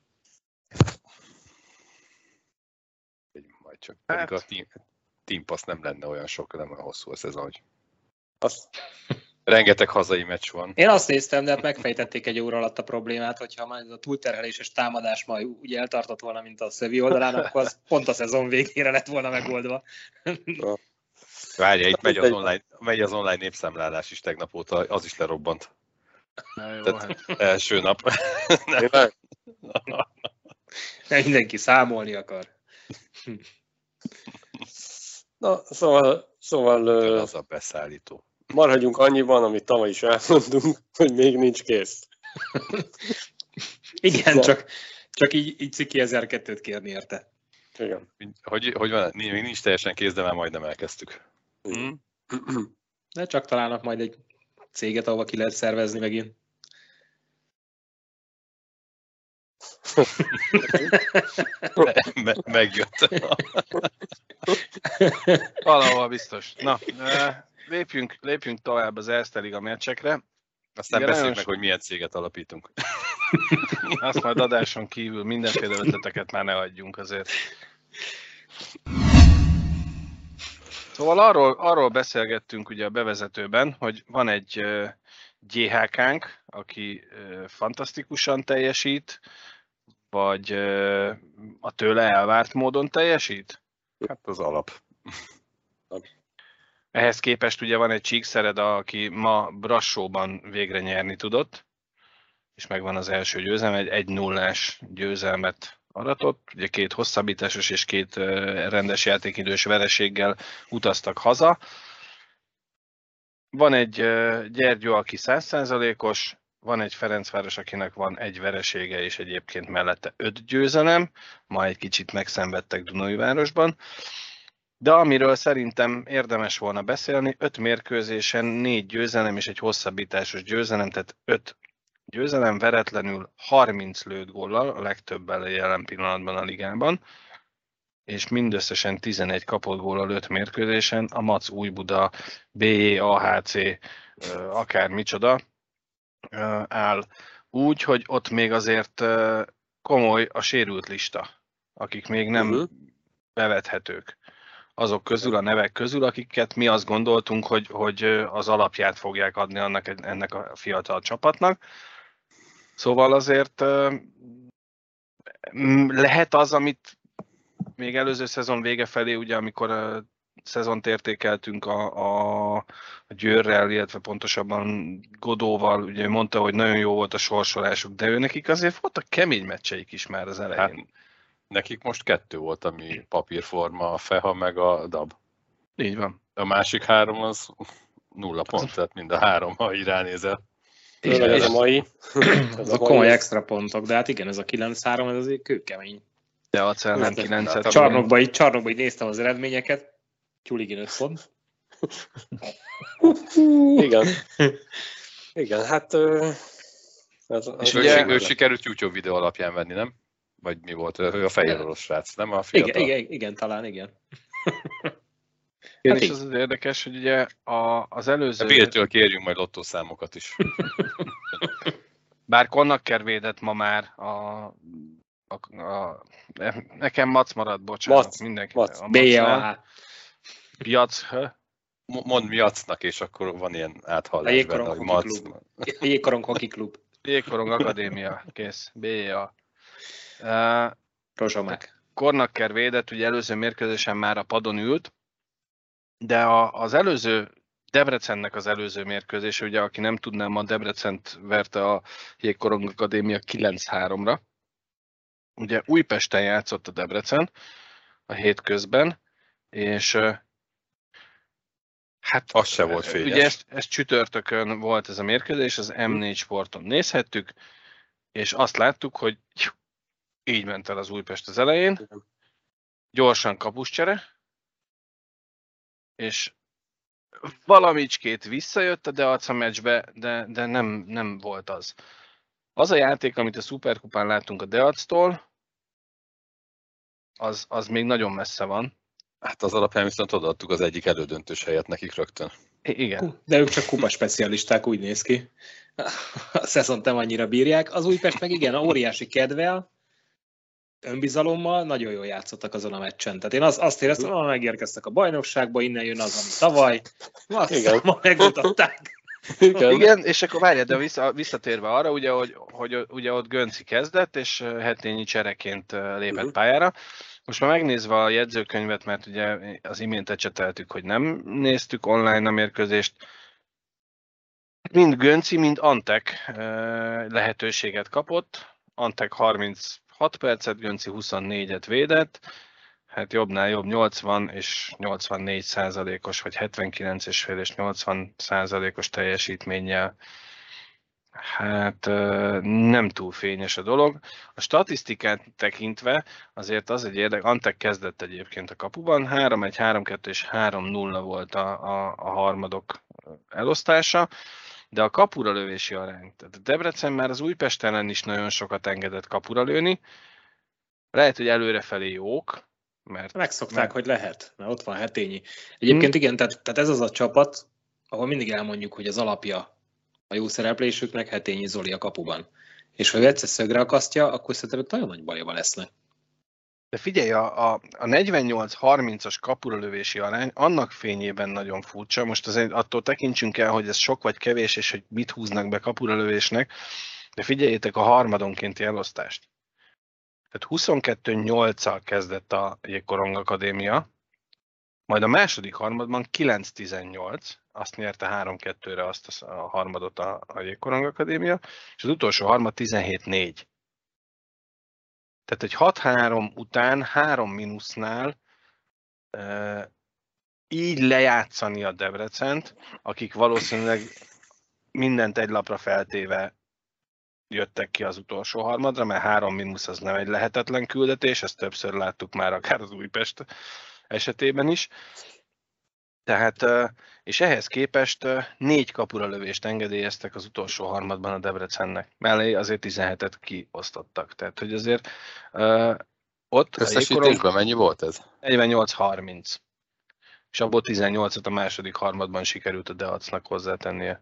Majd csak pedig Hát. a team, team Pass nem lenne olyan sok, nem olyan hosszú a szezon, hogy Azt, rengeteg hazai meccs van. Én azt néztem, de hát megfejtették egy óra alatt a problémát, hogyha már ez a túlterheléses támadás majd úgy eltartott volna, mint a Szövi oldalán, akkor az pont a szezon végére lett volna megoldva. Várja, itt megy az online, megy az online népszámlálás is tegnap óta, az is lerobbant. Na jó, Tehát hát. első nap. tényleg? Nem mindenki számolni akar. Na, szóval, szóval ö, Az a beszállító. maradjunk annyiban, amit tavaly is elmondtunk, hogy még nincs kész. Igen, Na. csak, csak így, így ciki ezerkettőt kérni érte. Igen. Hogy, hogy van, még nincs teljesen kész, de már majdnem elkezdtük. Hm? De csak találnak majd egy céget, ahova ki lehet szervezni megint. Me- megjött. Valahol biztos. Na, eh, lépjünk, lépjünk tovább az Erste Liga meccsekre. Aztán Igen, beszéljük nagyon meg, hogy milyen céget alapítunk. Azt majd adáson kívül mindenféle ötleteket már ne adjunk azért. Szóval arról, arról beszélgettünk ugye a bevezetőben, hogy van egy uh, gé há ká-nk, aki uh, fantasztikusan teljesít, vagy uh, a tőle elvárt módon teljesít? Hát az alap. Ehhez képest ugye van egy Csíkszered, aki ma Brassóban végre nyerni tudott, és megvan az első győzelem, egy egy nullás győzelmet aratott, ugye két hosszabbításos és két rendes játékidős vereséggel utaztak haza. Van egy Gyergyó, aki száz százalékos, van egy Ferencváros, akinek van egy veresége, és egyébként mellette öt győzelem, ma egy kicsit megszenvedtek Dunaújvárosban. De amiről szerintem érdemes volna beszélni, öt mérkőzésen négy győzelem és egy hosszabbításos győzelem, tehát öt győzelem veretlenül harminc lőtt góllal, a legtöbbel jelen pillanatban a ligában, és mindösszesen tizenegy kapott góllal öt mérkőzésen, a Mac Újbuda, bé jé, á há cé, akár micsoda áll úgy, hogy ott még azért komoly a sérült lista, akik még nem uh-huh. bevethetők. Azok közül, a nevek közül, akiket mi azt gondoltunk, hogy, hogy az alapját fogják adni annak, ennek a fiatal csapatnak. Szóval azért lehet az, amit még előző szezon vége felé, ugye amikor a szezont értékeltünk a, a, a Győrrel, illetve pontosabban Godóval, ugye mondta, hogy nagyon jó volt a sorsolásuk, de ő nekik azért voltak kemény meccseik is már az elején. Hát, nekik most kettő volt, ami papírforma, a Feha meg a Dab. Így van. A másik három az nulla pont, tehát mind a három, ha így ránézel. Tényleg ez a mai. Ez a komoly extra pontok, de hát igen, ez a kilenc három, ez azért kőkemény. De a Cell nem kilencet. Csarnokba így, csarnokba így néztem az eredményeket, Tyuligin öt pont. Igen. Igen, hát... Ez, És ő, ő sikerült YouTube videó alapján venni, nem? vagy mi volt, a fehér orosz srác, nem a fiatal? Igen, igen, igen, talán igen. Igen, hát és az az érdekes, hogy ugye a, az előző... Béltől kérjünk majd lottószámokat is. Bár Konnaker védett ma már a... a, a nekem Mac marad, bocsánat. Mac, mindenki. Mac. A bé jé á. Piac. Mondd Miacnak, és akkor van ilyen áthallás a benne, hogy Mac. A Jégkorong Hockey Klub. Jégkorong Akadémia, kész. bé jé á. Uh, Rozsomák. Konnaker védett, ugye előző mérkőzésen már a padon ült, de a, az előző, Debrecennek az előző mérkőzése, ugye aki nem tudná, ma Debrecent verte a Jégkorong Akadémia kilenc háromra. Ugye Újpesten játszott a Debrecen a hétközben, és hát az se volt fényes. Ugye ez, ez csütörtökön volt ez a mérkőzés, az em négy Sporton nézhettük, és azt láttuk, hogy így ment el az Újpest az elején, gyorsan kapuscsere, és valamicskét visszajött a Deac a meccsbe, de, de nem, nem volt az. Az a játék, amit a Szuperkupán láttunk a Deactól, az, az még nagyon messze van. Hát az alapján viszont odaadtuk az egyik elődöntős helyet nekik rögtön. I- igen. De ők csak kupa specialisták, úgy néz ki. A szezont nem annyira bírják. Az Újpest meg igen, óriási kedvel, önbizalommal, nagyon jól játszottak azon a meccsen. Tehát én az, azt éreztem, hogy megérkeztek a bajnokságba, innen jön az, ami tavaly. Azt ma megmutatták. Igen. Igen, és akkor várjál, de vissza, visszatérve arra, ugye, hogy, hogy ugye ott Gönci kezdett, és Hetényi csereként lépett uh-huh. pályára. Most már megnézve a jegyzőkönyvet, mert ugye az imént ecseteltük, hogy nem néztük online a mérkőzést, mind Gönci, mind Antek lehetőséget kapott. Antek harminchat percet, Gönci huszonnégyet védett. Hát jobbnál jobb, nyolcvan és nyolcvannégy százalékos, vagy hetvenkilenc és fél és nyolcvan százalékos teljesítménnyel. Hát nem túl fényes a dolog. A statisztikát tekintve azért az egy érdek, Antek kezdett egyébként a kapuban, három egy, három kettő és három nulla volt a, a, a harmadok elosztása, de a kapura lövési arány. Tehát a Debrecen már az Újpest ellen is nagyon sokat engedett kapura lőni. Lehet, hogy előrefelé jók, mert... Megszokták, mert... hogy lehet, mert ott van Hetényi. Egyébként hmm. igen, tehát, tehát ez az a csapat, ahol mindig elmondjuk, hogy az alapja a jó szereplésüknek Hetényi Zoli a kapuban. És ha ő egyszer szögre akasztja, akkor szerintem nagyon nagy bajba lesznek. De figyelj, a, a, a negyvennyolc harmincas kapura lövési arány annak fényében nagyon furcsa. Most azért attól tekintsünk el, hogy ez sok vagy kevés, és hogy mit húznak be kapura lövésnek. De figyeljétek a harmadonkénti elosztást. Tehát huszonkettő nyolccal kezdett a Jégkorong Akadémia, majd a második harmadban kilenc tizennyolc, azt nyerte három kettőre azt a harmadot a, a Jégkorong Akadémia, és az utolsó harmad tizenhét négy. Tehát egy hat három után három mínusznál e, így lejátszani a Debrecent, akik valószínűleg mindent egy lapra feltéve jöttek ki az utolsó harmadra, mert három mínusz az nem egy lehetetlen küldetés, ezt többször láttuk már akár az Újpest esetében is. Tehát, és ehhez képest négy kapura lövést engedélyeztek az utolsó harmadban a Debrecennek. Mellé azért tizenhetet kiosztottak. Tehát, hogy azért uh, ott... Összesítésben mennyi volt ez? negyvennyolc harminc. És abból tizennyolcat a második harmadban sikerült a Deacnak hozzátennie.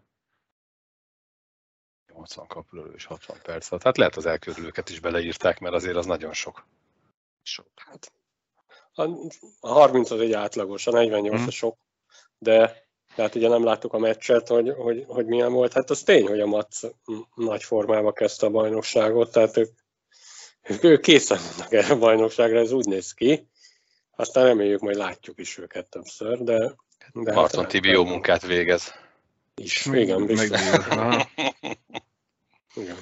nyolcvan kapura és hatvan perc. Hát lehet az elkörülőket is beleírták, mert azért az nagyon sok. Sok. Hát, a harminc az egy átlagos, a negyvennyolc hmm. sok. De hát ugye nem láttuk a meccset, hogy, hogy, hogy milyen volt. Hát az tény, hogy a Mac nagy formában kezdte a bajnokságot, tehát ők, ők, ők készen vannak erre a bajnokságra, ez úgy néz ki. Aztán reméljük, majd látjuk is őket többször, de... de Marton hát, Tibi jó munkát végez. Is, igen, biztos. Igen.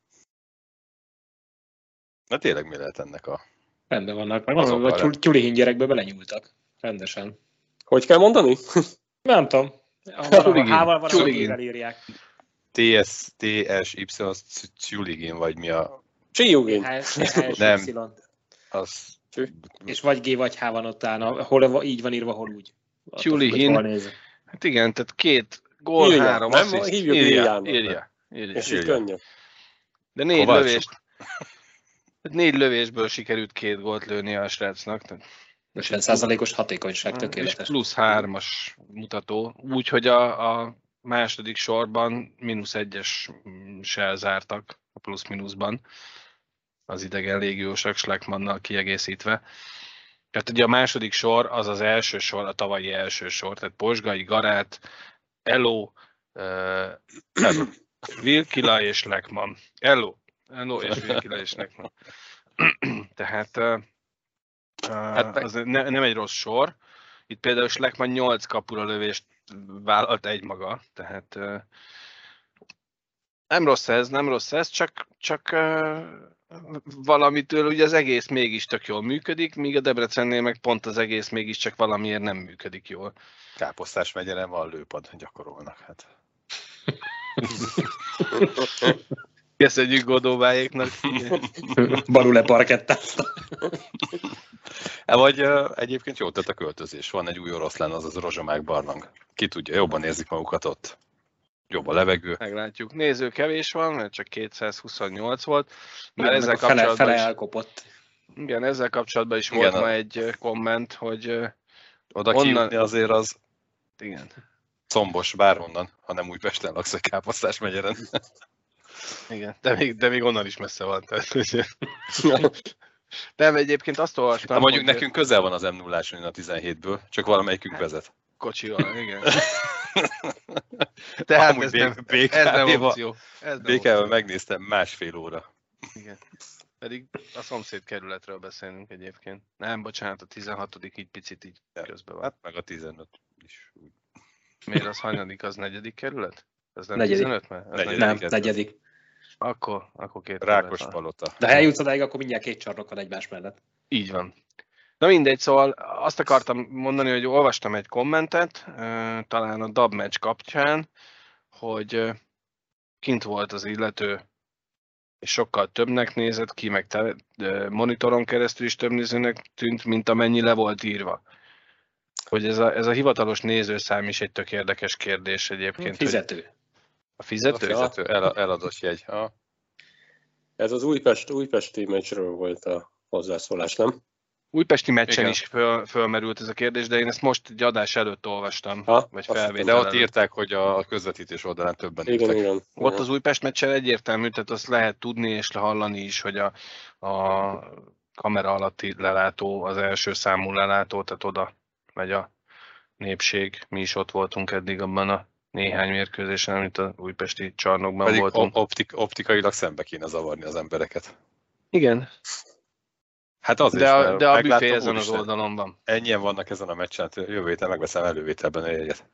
Na tényleg mi lehet ennek a... Rendben vannak, meg azon, hogy Tyulihin gyerekbe belenyúltak. Rendesen. Hogy kell mondani? Nem tudom. A hával van, ahogy írják. té es y Tyuligin, vagy mi a... Tyuligin. Nem. Az... És vagy G vagy H van ott áll, hol így van írva, hol úgy. Tyuligin. Hát igen, tehát két gól, írja, három nem, assziszt. Hívjuk írja, írja, írja, írja. És így könnyebb. De négy lövést. Négy lövésből sikerült két gólt lőni a srácnak. ötven százalékos hatékonyság, És tökéletes. plusz hármas mutató, úgyhogy a, a második sorban mínusz egyessel zártak a plusz-mínuszban az idegen légiósok Schleckmannnal kiegészítve. Tehát ugye a második sor az az első sor, a tavalyi első sor, tehát Pozsgai, Garát, Elo, uh, Vilkila és Schleckmann. Elo, Elo és Vilkila és Schleckmann. Tehát uh, hát az ne, nem egy rossz sor. Itt például Schleckmann nyolc kapura lövést vállalt egymaga, tehát uh, nem rossz ez, nem rossz ez, csak, csak uh, valamitől ugye az egész mégis tök jól működik, míg a Debrecennél meg pont az egész mégiscsak valamiért nem működik jól. Káposztás megyeren van lőpad, gyakorolnak. Hát. Köszönjük Godóbájéknak. Barule parkettázta. Vagy uh, egyébként jó tett a költözés. Van egy új oroszlán, az az rozsomák barlang. Ki tudja, jobban érzik magukat ott. Jobb a levegő. Meglátjuk. Néző kevés van, mert csak kétszázhuszonnyolc volt. Mert ezzel a fele, kapcsolatban fele is, elkopott. igen, ezzel kapcsolatban is Igen, volt a... ma egy komment, hogy oda onnan... kijutni azért az igen. combos bárhonnan, ha nem Újpesten laksz a Káposztás megyeren. Igen, de még, de még onnan is messze van. Tehát, nem, egyébként azt olvastam, ha mondjuk hogy nekünk közel van az em nullason a tizenhétből, csak valamelyikünk vezet. Kocsival, igen. Tehát amúgy ez, nem, bé ká ez nem vé-val opció. Ez nem bé ká-vel opció. megnéztem másfél óra. Igen. Pedig a szomszéd kerületről beszélünk egyébként. Nem, bocsánat, a tizenhatodik így picit így közben van. Hát meg a tizenöt is. Miért az hanyadik, az negyedik kerület? Ez nem Negyedik. tizenöt? Mert ez Negyedik. Nem, ez negyedik. Akkor, akkor két kerület van. Rákospalota. De ha eljutsz odáig, akkor mindjárt két csarnok van egymás mellett. Így van. Na mindegy, szóval azt akartam mondani, hogy olvastam egy kommentet, talán a dab meccs kapcsán, hogy kint volt az illető, és sokkal többnek nézett ki, meg te, monitoron keresztül is több nézőnek tűnt, mint amennyi le volt írva. Hogy ez a, ez a hivatalos nézőszám is egy tök érdekes kérdés egyébként. Fizető. A fizető? A fizető, el, eladott jegy. Ha. Ez az Újpest, újpesti meccsről volt a hozzászólás, nem? Újpesti meccsen Igen. is föl, fölmerült ez a kérdés, de én ezt most egy adás előtt olvastam, Ha, vagy azt felvétel De ott előtt. írták, hogy a közvetítés oldalán többen Igen, ültek. igen. Ott az Újpest meccsen egyértelmű, tehát azt lehet tudni és hallani is, hogy a, a kamera alatti lelátó, az első számú lelátó, tehát oda megy a népség. Mi is ott voltunk eddig abban a néhány mérkőzésen, amit az újpesti csarnokban Pedig voltunk. optik, optikailag szembe kéne zavarni az embereket. Igen, Hát azért, de a, mert de a megláttam, büfé ezen az úristen, oldalon van. ennyien vannak ezen a meccsen, hát jövő héten megveszem elővételben a jegyet.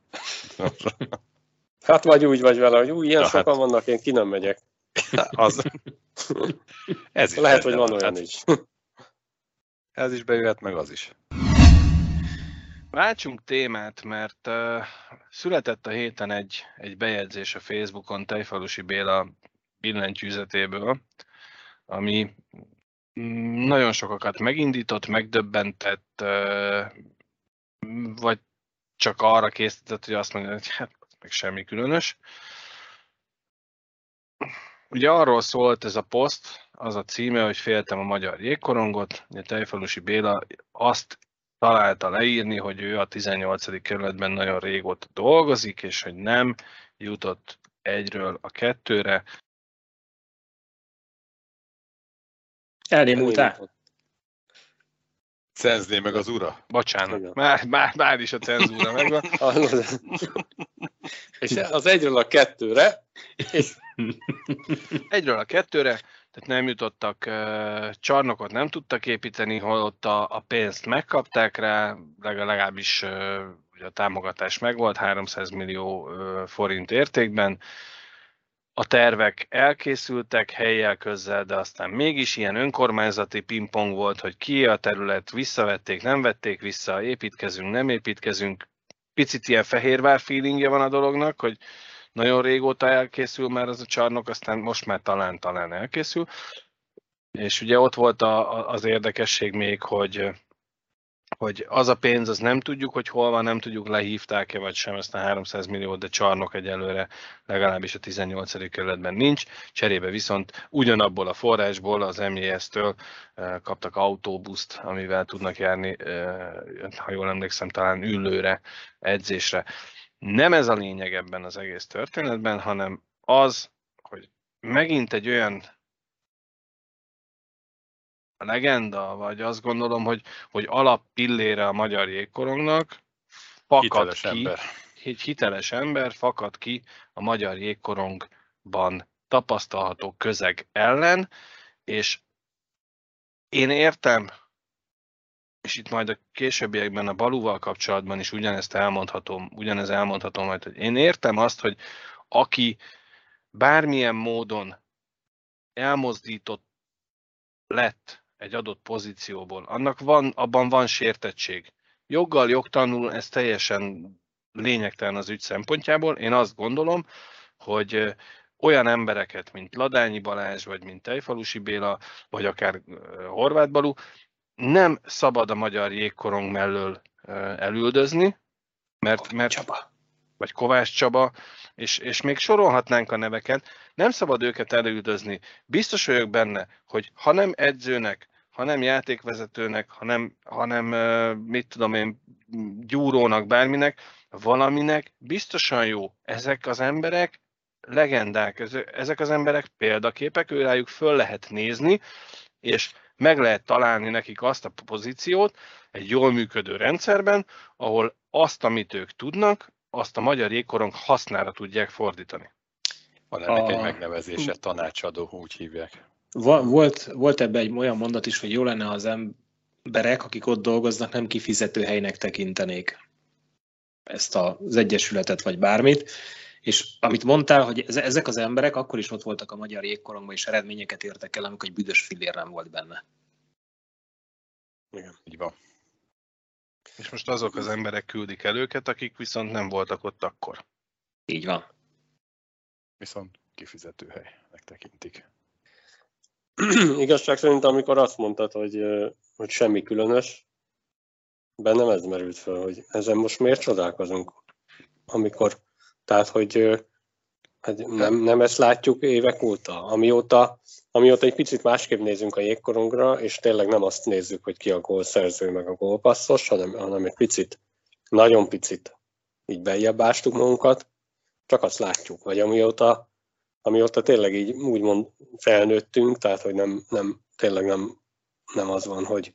Hát vagy úgy vagy vele, hogy új, ilyen Na, sokan hát. vannak, én ki nem megyek. Az. Ez is Lehet, hogy benne van olyan hát is. Ez is bejöhet, meg az is. Váltsunk témát, mert uh, született a héten egy, egy bejegyzés a Facebookon Tejfalusi Béla billentyűzetéből, ami mm, nagyon sokakat megindított, megdöbbentett, uh, vagy csak arra készített, hogy azt mondja, hogy hát meg semmi különös. Ugye arról szólt ez a poszt, az a címe, hogy féltem a magyar jégkorongot, ugye Tejfalusi Béla azt találta leírni, hogy ő a tizennyolcadik kerületben nagyon régóta dolgozik, és hogy nem jutott egyről a kettőre. Elnémultál? Cenzné meg az ura. Bocsánat, már, már, már is a cenzúra megvan. És az egyről a kettőre, és Egyről a kettőre, tehát nem jutottak, csarnokot nem tudtak építeni, holott a, a pénzt megkapták rá, legalábbis ugye a támogatás megvolt, háromszáz millió forint értékben. A tervek elkészültek helyjel közzel, de aztán mégis ilyen önkormányzati pingpong volt, hogy ki a terület, visszavették, nem vették vissza, építkezünk, nem építkezünk. Picit ilyen Fehérvár feelingje van a dolognak, hogy nagyon régóta elkészül már az a csarnok, aztán most már talán-talán elkészül. És ugye ott volt a, a, az érdekesség még, hogy, hogy az a pénz, az nem tudjuk, hogy hol van, nem tudjuk, lehívták-e vagy sem ezt a háromszáz milliót, de Csarnok egyelőre legalábbis a tizennyolcadik kerületben nincs. Cserébe viszont ugyanabból a forrásból, az em jé es-től kaptak autóbuszt, amivel tudnak járni, ha jól emlékszem, talán Üllőre, edzésre. Nem ez a lényeg ebben az egész történetben, hanem az, hogy megint egy olyan a legenda, vagy azt gondolom, hogy, hogy alappillére a magyar jégkorongnak fakad Hiteles ki, ember. egy hiteles ember fakad ki a magyar jégkorongban tapasztalható közeg ellen, és én értem, és itt majd a későbbiekben a Balúval kapcsolatban is ugyanezt elmondhatom, ugyanez elmondhatom, hogy én értem azt, hogy aki bármilyen módon elmozdított lett egy adott pozícióból, annak van, abban van sértettség. Joggal, jogtalanul ez teljesen lényegtelen az ügy szempontjából. Én azt gondolom, hogy olyan embereket, mint Ladányi Balázs, vagy mint Tejfalusi Béla, vagy akár Horváth Balú, nem szabad a magyar jégkorong mellől elüldözni, mert, mert Csaba. vagy Kovács Csaba, és, és még sorolhatnánk a neveket, nem szabad őket elüldözni. Biztos vagyok benne, hogy ha nem edzőnek, ha nem játékvezetőnek, hanem, hanem mit tudom én, gyúrónak, bárminek, valaminek biztosan jó. Ezek az emberek legendák, ezek az emberek példaképek, őrájuk föl lehet nézni, és meg lehet találni nekik azt a pozíciót egy jól működő rendszerben, ahol azt, amit ők tudnak, azt a magyar jégkorong hasznára tudják fordítani. Van ennek A... egy megnevezése, tanácsadó, úgy hívják. Volt, volt ebben egy olyan mondat is, hogy jó lenne, az emberek, akik ott dolgoznak, nem kifizető helynek tekintenék ezt az egyesületet, vagy bármit. És amit mondtál, hogy ezek az emberek akkor is ott voltak a magyar jégkorongban, és eredményeket értek el, amikor egy büdös fillér nem volt benne. Igen, így van. És most azok az emberek küldik el őket, akik viszont nem voltak ott akkor. Így van. Viszont kifizető helynek tekintik. Igazság szerint, amikor azt mondtad, hogy, hogy semmi különös, bennem ez merült fel, hogy ezen most miért csodálkozunk, amikor, tehát, hogy hát nem, nem ezt látjuk évek óta, amióta, amióta egy picit másképp nézünk a jégkorongra, és tényleg nem azt nézzük, hogy ki a gólszerző meg a gólpasszos, hanem, hanem egy picit, nagyon picit így beljebb ástuk magunkat, csak azt látjuk, vagy amióta, amióta tényleg így úgymond felnőttünk, tehát hogy nem, nem tényleg nem, nem az van, hogy,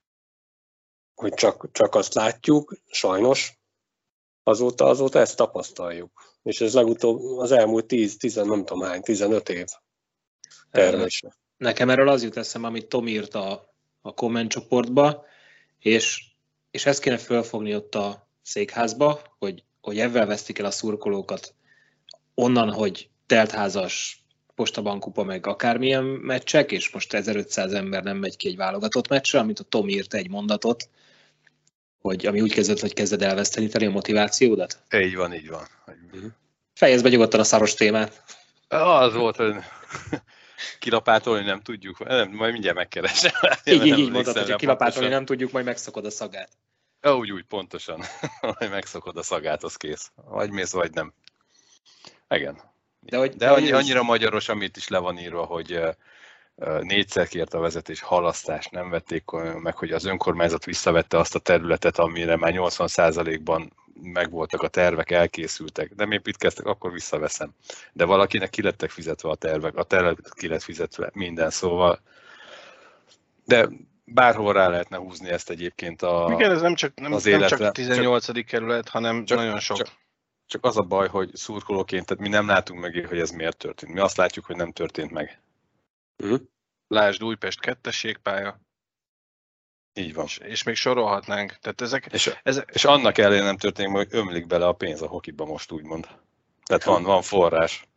hogy csak, csak azt látjuk, sajnos, azóta, azóta ezt tapasztaljuk. És ez legutóbb az elmúlt tíz, tíz, nem tudom hány, tizenöt év termése. Nekem erről az jut eszembe, amit Tom írt a, a komment csoportba, és, és ezt kéne fölfogni ott a székházba, hogy, hogy ebben vesztik el a szurkolókat onnan, hogy teltházas postabankupa meg akármilyen meccsek, és most ezerötszáz ember nem megy ki egy válogatott meccsre, amit a Tom írt egy mondatot, hogy ami úgy kezdett, hogy kezded elveszteni teli a motivációdat? Így van, így van. Fejezd be nyugodtan a szaros témát. Az volt, hogy kilapátolni nem tudjuk. Nem, majd mindjárt megkeresem. Így, így, így mondtad, hogy kilapátolni nem tudjuk, majd megszakod a szagát. Ja, úgy, úgy, pontosan. Majd megszakod a szagát, az kész. Vagy mész, vagy nem. Igen. De, hogy, de, de annyi, annyira magyaros, amit is le van írva, hogy négyszer kért a vezetés, halasztást nem vették meg, hogy az önkormányzat visszavette azt a területet, amire már nyolcvan százalékban megvoltak a tervek, elkészültek. Nem építkeztek, akkor visszaveszem. De valakinek ki lettek fizetve a tervek, a tervek ki lett fizetve minden, szóval. De bárhol rá lehetne húzni ezt egyébként a, igen, ez nem csak, nem, az nem életre. csak tizennyolcadik kerület, hanem csak, nagyon sok. Csak, csak az a baj, hogy szurkolóként, tehát mi nem látunk meg, hogy ez miért történt. Mi azt látjuk, hogy nem történt meg. Uh-huh. Lásd Újpest kettes jégpálya. Így van. És, és még sorolhatnánk. Tehát ezek, és, ezek... és annak ellenére nem történik, hogy ömlik bele a pénz a hokiba most, úgymond. Tehát van, van forrás.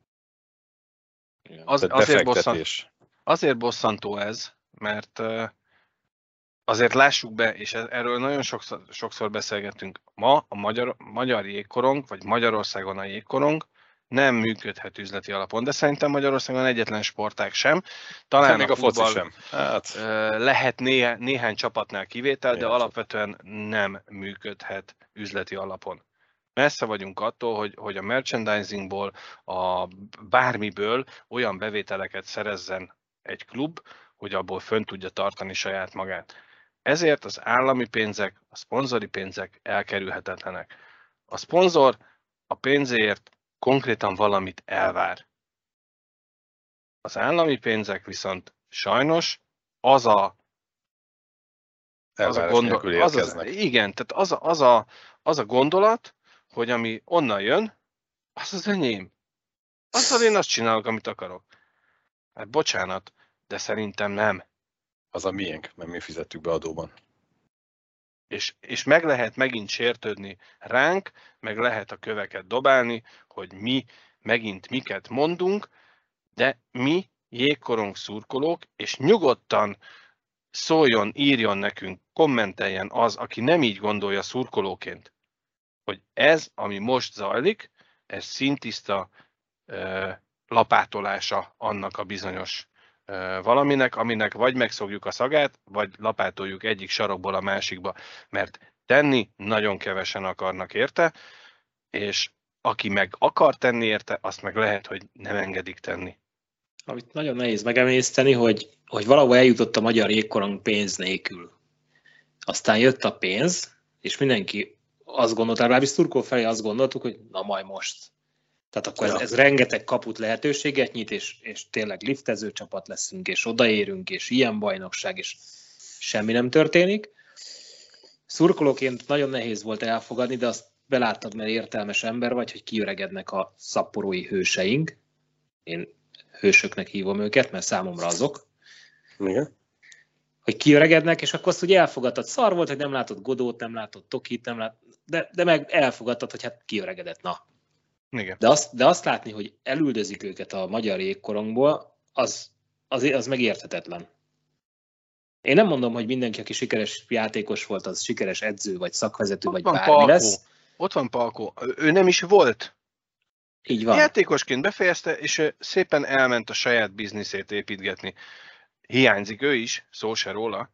Az, Tehát azért, bosszant, azért bosszantó ez, mert azért lássuk be, és erről nagyon sokszor, sokszor beszélgetünk, ma a magyar, magyar jégkorong, vagy Magyarországon a jégkorong nem működhet üzleti alapon, de szerintem Magyarországon egyetlen sportág sem. Talán hát még a, a foci futball, sem. Hát. Lehet néha, néhány csapatnál kivétel, de néhány alapvetően nem működhet üzleti alapon. Messze vagyunk attól, hogy, hogy a merchandisingból, a bármiből olyan bevételeket szerezzen egy klub, hogy abból fönn tudja tartani saját magát. Ezért az állami pénzek, a szponzori pénzek elkerülhetetlenek. A szponzor a pénzért konkrétan valamit elvár. Az állami pénzek viszont sajnos az a, az a gondolat, az az, igen, tehát az a, az, a, az a gondolat, hogy ami onnan jön, az az enyém. Azzal én azt csinálok, amit akarok. Hát bocsánat, de szerintem nem. Az a miénk, mert mi fizettük be adóban. És, és meg lehet megint sértődni ránk, meg lehet a köveket dobálni, hogy mi megint miket mondunk, de mi jégkorong szurkolók, és nyugodtan szóljon, írjon nekünk, kommenteljen az, aki nem így gondolja szurkolóként, hogy ez, ami most zajlik, ez szintiszta ö, lapátolása annak a bizonyos ö, valaminek, aminek vagy megszogjuk a szagát, vagy lapátoljuk egyik sarokból a másikba, mert tenni nagyon kevesen akarnak érte, és aki meg akar tenni érte, azt meg lehet, hogy nem engedik tenni. Amit nagyon nehéz megemészteni, hogy, hogy valahol eljutott a magyar jégkorong pénz nélkül. Aztán jött a pénz, és mindenki azt gondolta, legalábbis szurkol felé azt gondoltuk, hogy na majd most. Tehát akkor ez, ez rengeteg kaput lehetőséget nyit, és, és tényleg liftező csapat leszünk, és odaérünk, és ilyen bajnokság, és semmi nem történik. Szurkolóként nagyon nehéz volt elfogadni, de azt beláttad, mert értelmes ember vagy, hogy kiöregednek a szapporói hőseink. Én hősöknek hívom őket, mert számomra azok. Igen. Hogy kiöregednek, és akkor azt ugye elfogadtad. Szar volt, hogy nem látod Godót, nem látod Tokit, nem lát, de, de meg elfogadtad, hogy hát kiöregedett, na. Igen. De azt, de azt látni, hogy elüldözik őket a magyar jégkorongból, az, az, az megérthetetlen. Én nem mondom, hogy mindenki, aki sikeres játékos volt, az sikeres edző, vagy szakvezető, Ott vagy van bármi Palkó. lesz. Ott van Palkó. Ő nem is volt. Így van. Játékosként befejezte, és szépen elment a saját bizniszét építgetni. Hiányzik ő is, szó se róla,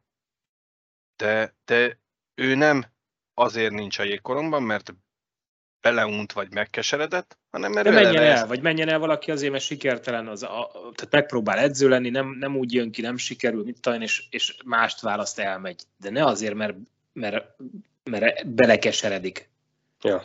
de, de ő nem azért nincs a jégkorongban, mert beleunt vagy megkeseredett, hanem mert de ő menjen el, ezt... vagy menjen el valaki azért, mert sikertelen, az a, tehát megpróbál edző lenni, nem, nem úgy jön ki, nem sikerül, mit talán, és, és mást választ, elmegy. De ne azért, mert, mert, mert belekeseredik. Ja.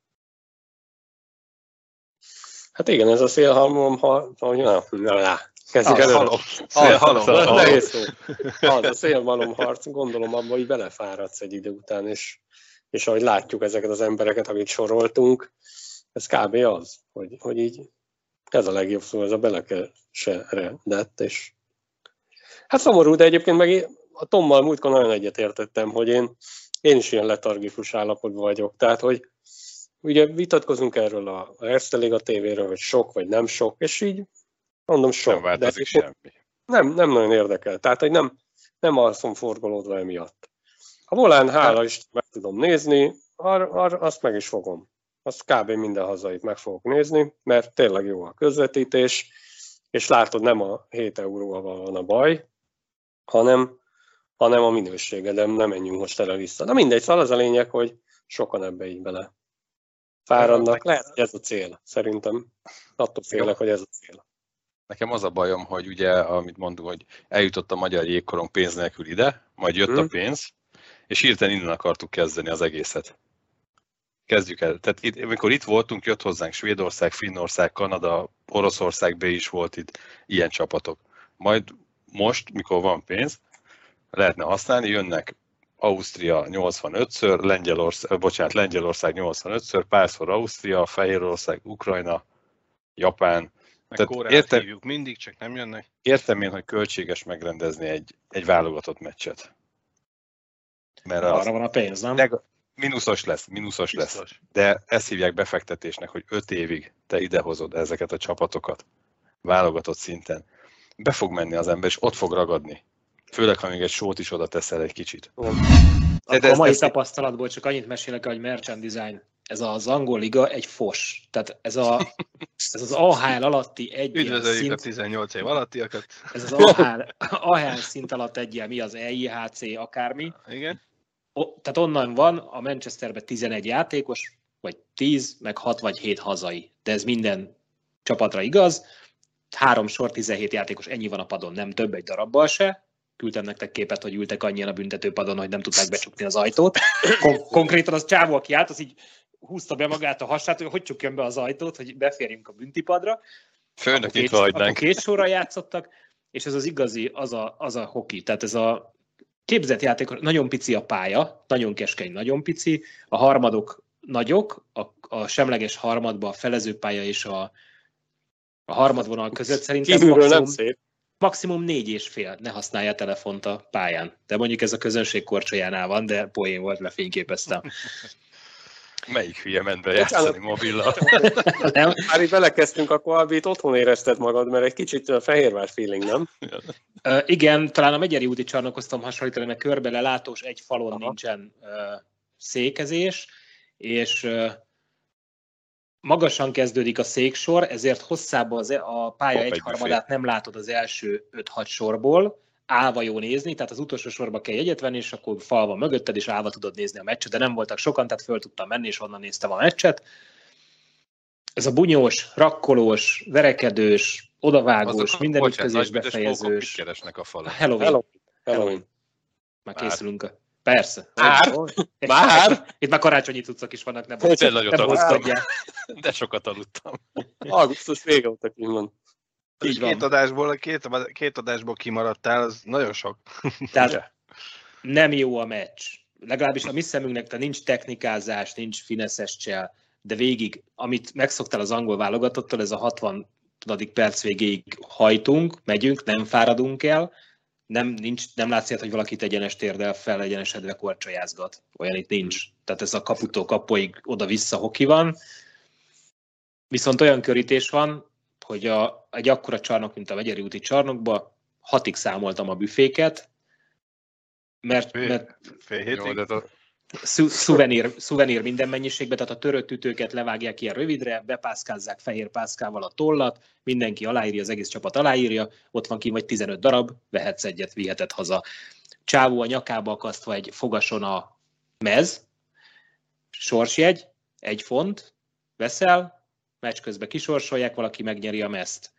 Hát igen, ez a szélhalom, ha, ha na, na, na. Kezdjük előre. Szélhalom. Nehéz szó. Az a szélmalom harc, gondolom abban, hogy belefáradsz egy idő után, és, és ahogy látjuk ezeket az embereket, akik soroltunk, ez kb. Az, hogy, hogy így ez a legjobb szó, ez a belekeseredett, és hát szomorú, de egyébként meg a Tommal múltkor nagyon egyetértettem, hogy én, én is ilyen letargikus állapotban vagyok, tehát, hogy ugye vitatkozunk erről a Erste Liga tévéről, hogy sok vagy nem sok, és így mondom sok. Nem változik de semmi. Nem, nem nagyon érdekel. Tehát, hogy nem, nem alszom forgolódva emiatt. A Volán, hála is meg tudom nézni, ar, ar, azt meg is fogom. Azt kb. Minden hazait meg fogok nézni, mert tényleg jó a közvetítés, és látod, nem a hét euróval van a baj, hanem, hanem a minősége, de nem menjünk most erre vissza. Na mindegy, szóval az a lényeg, hogy sokan ebbe így bele fáradnak. Lehet, hogy ez a cél, szerintem. Attól félek, hogy ez a cél. Nekem az a bajom, hogy ugye, amit mondunk, hogy eljutott a magyar jégkorong pénz nélkül ide, majd jött hmm. a pénz, és hirtelen innen akartuk kezdeni az egészet. Kezdjük el. Tehát itt, amikor itt voltunk, jött hozzánk Svédország, Finnország, Kanada, Oroszország, B is volt itt ilyen csapatok. Majd most, mikor van pénz, lehetne használni, jönnek Ausztria nyolcvanötször, Lengyelország, bocsánat, Lengyelország nyolcvanötször, párszor Ausztria, Fehérország, Ukrajna, Japán. Meg Koreát értem, hívjuk mindig, csak nem jönnek. Értem én, hogy költséges megrendezni egy, egy válogatott meccset. Mert arra az van a pénz, nem? Neg- mínuszos lesz, mínuszos Biztos. lesz. De ezt hívják befektetésnek, hogy öt évig te idehozod ezeket a csapatokat válogatott szinten. Be fog menni az ember, és ott fog ragadni. Főleg, ha még egy sót is oda teszel egy kicsit. De a mai ezt tapasztalatból csak annyit mesélek, hogy merchant design ez az angol liga egy fos. Tehát ez, a, ez az á há el alatti egy Üdvözöljük szint, a tizennyolc év alattiakat. ez az á há el, á há el szint alatt egy mi az e i há cé akármi. Igen. O, tehát onnan van a Manchesterben tizenegy játékos, vagy tíz, meg hat vagy hét hazai. De ez minden csapatra igaz. Három sor, tizenhét játékos, ennyi van a padon, nem több egy darabbal se. Küldtem nektek képet, hogy ültek annyian a büntetőpadon, hogy nem tudták becsukni az ajtót. Kon- konkrétan az csávó, aki állt, az így húzta be magát a hasát, hogy hogy csukjon be az ajtót, hogy beférjünk a büntipadra. Főnök Két, itt hagynánk. két sorra játszottak, és ez az igazi, az a, az a hoki. Tehát ez a képzett játék, nagyon pici a pálya, nagyon keskeny, nagyon pici, a harmadok nagyok, a, a semleges harmadban a felezőpálya és a, a harmadvonal között szerintem Kívülről nem maximum, szép. maximum négy és fél, ne használja a telefont a pályán. De mondjuk ez a közönség korcsolyánál van, de poén volt, lefényképeztem. Melyik hülye ment be játszani mobillal? Nem? Már itt belekezdtünk, akkor Albi, itt otthon érezted magad, mert egy kicsit a Fehérvár feeling, nem? Uh, igen, talán a Megyeri úti csarnokhoz tudom hasonlítani, mert körbe lelátós, egy falon Aha. nincsen uh, székezés, és uh, magasan kezdődik a széksor, ezért hosszába az, a pálya Hopp, egy egyharmadát nem látod az első öt-hat sorból, állva jó nézni, tehát az utolsó sorba kell jegyet venni, és akkor fal van mögötted, és állva tudod nézni a meccset, de nem voltak sokan, tehát föl tudtam menni, és onnan néztem a meccset. Ez a bunyós, rakkolós, verekedős, odavágós, minden ütközés befejezős. Keresnek a falon. Halloween. Halloween. Halloween. Már készülünk. A... Persze. Már? Itt Már? Itt már karácsonyi cuccok is vannak, nem, De nagyot nem aludtam. hoztadják. De sokat aludtam. Augusztus vége óta kint van. Így van. Két adásból, két, két adásból kimaradtál, az nagyon sok. Tehát nem jó a meccs. Legalábbis a mi szemünknek, tehát nincs technikázás, nincs fineszes csel, de végig, amit megszoktál az angol válogatottól, ez a hatvan perc végéig hajtunk, megyünk, nem fáradunk el, nem, nincs, nem látszik, hogy valakit egyenes térdel fel, egyenesedve korcsolyázgat. Olyan itt nincs. Tehát ez a kaputól kapuig oda-vissza hoki van. Viszont olyan körítés van, hogy a, egy akkora csarnok, mint a Megyeri úti csarnokban, hatig számoltam a büféket, mert, mert Fél hétig. Jó, de a... szu- szuvenír, szuvenír minden mennyiségben, tehát a törött ütőket levágják ilyen rövidre, bepászkázzák fehér pászkával a tollat, mindenki aláírja, az egész csapat aláírja, ott van ki vagy tizenöt darab, vehetsz egyet, viheted haza. Csávó a nyakába akasztva egy fogason a mez, sorsjegy, egy font, veszel, meccs közben kisorsolják, valaki megnyeri a mezt.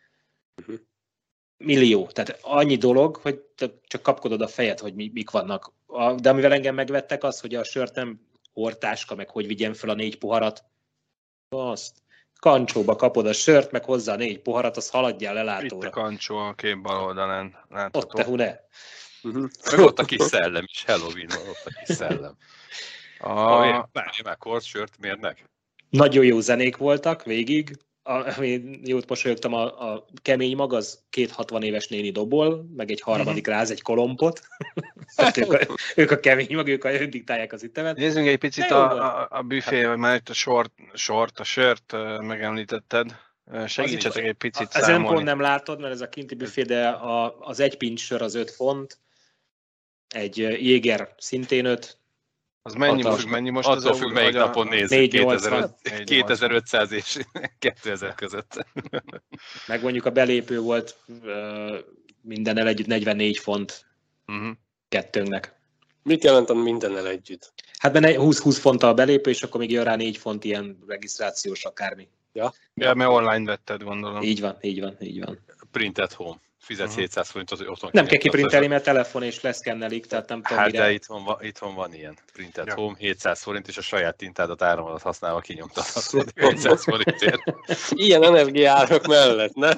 Millió. Tehát annyi dolog, hogy csak kapkodod a fejed, hogy mik vannak. De amivel engem megvettek az, hogy a sört nem ortáska, meg hogy vigyen fel a négy poharat. Azt. Kancsóba kapod a sört, meg hozzá a négy poharat, az haladjál Itt a lelátóra. kancsó a kép bal oldalán látható. Ott te hune. Uh-huh. Meg ott a kis szellem is, Halloween van, ott a kis szellem. A... Várj már, kortsört mérnek? Nagyon jó zenék voltak végig. Ami jót mosolyogtam, a, a kemény mag, az két hatvan éves néni dobol, meg egy harmadik ráz egy kolompot. ők, a, ők a kemény mag, ők, a, ők diktálják az ütemet. Nézzünk egy picit a, a, a büfé, vagy már itt a sort, sort, a sört uh, megemlítetted. Uh, segítsetek egy picit Ezen számolni. pont nem látod, mert ez a kinti büfé, de a, az egy pincs sör az öt font, egy Jéger szintén öt. Az mennyi Hatalmas. most, mennyi most Attól az függ, a- melyik vagy a- napon nézzük, négy nyolcvan. kétezer-ötszáz és kétezer között. Meg mondjuk a belépő volt uh, mindennel együtt negyvennégy font Uh-huh. kettőnknek. Mit jelent a mindennel együtt? Hát benne húsz-húsz font a belépő, és akkor még jön rá négy font ilyen regisztrációs akármi. Ja? Ja, mert online vetted, gondolom. Így van, így van, így van. Print at home. Fizetsz Uh-huh. hétszáz forintot, hogy otthon Nem kell kinyomtatod. kiprintelni, mert telefon és leszkennelik, tehát nem tudom Hát mire. de itthon van, itthon van ilyen. Print at Ja. home, hétszáz forint, és a saját tintádat áramodat használva kinyomtathatod hétszáz forintért. Ilyen energiárak mellett, ne?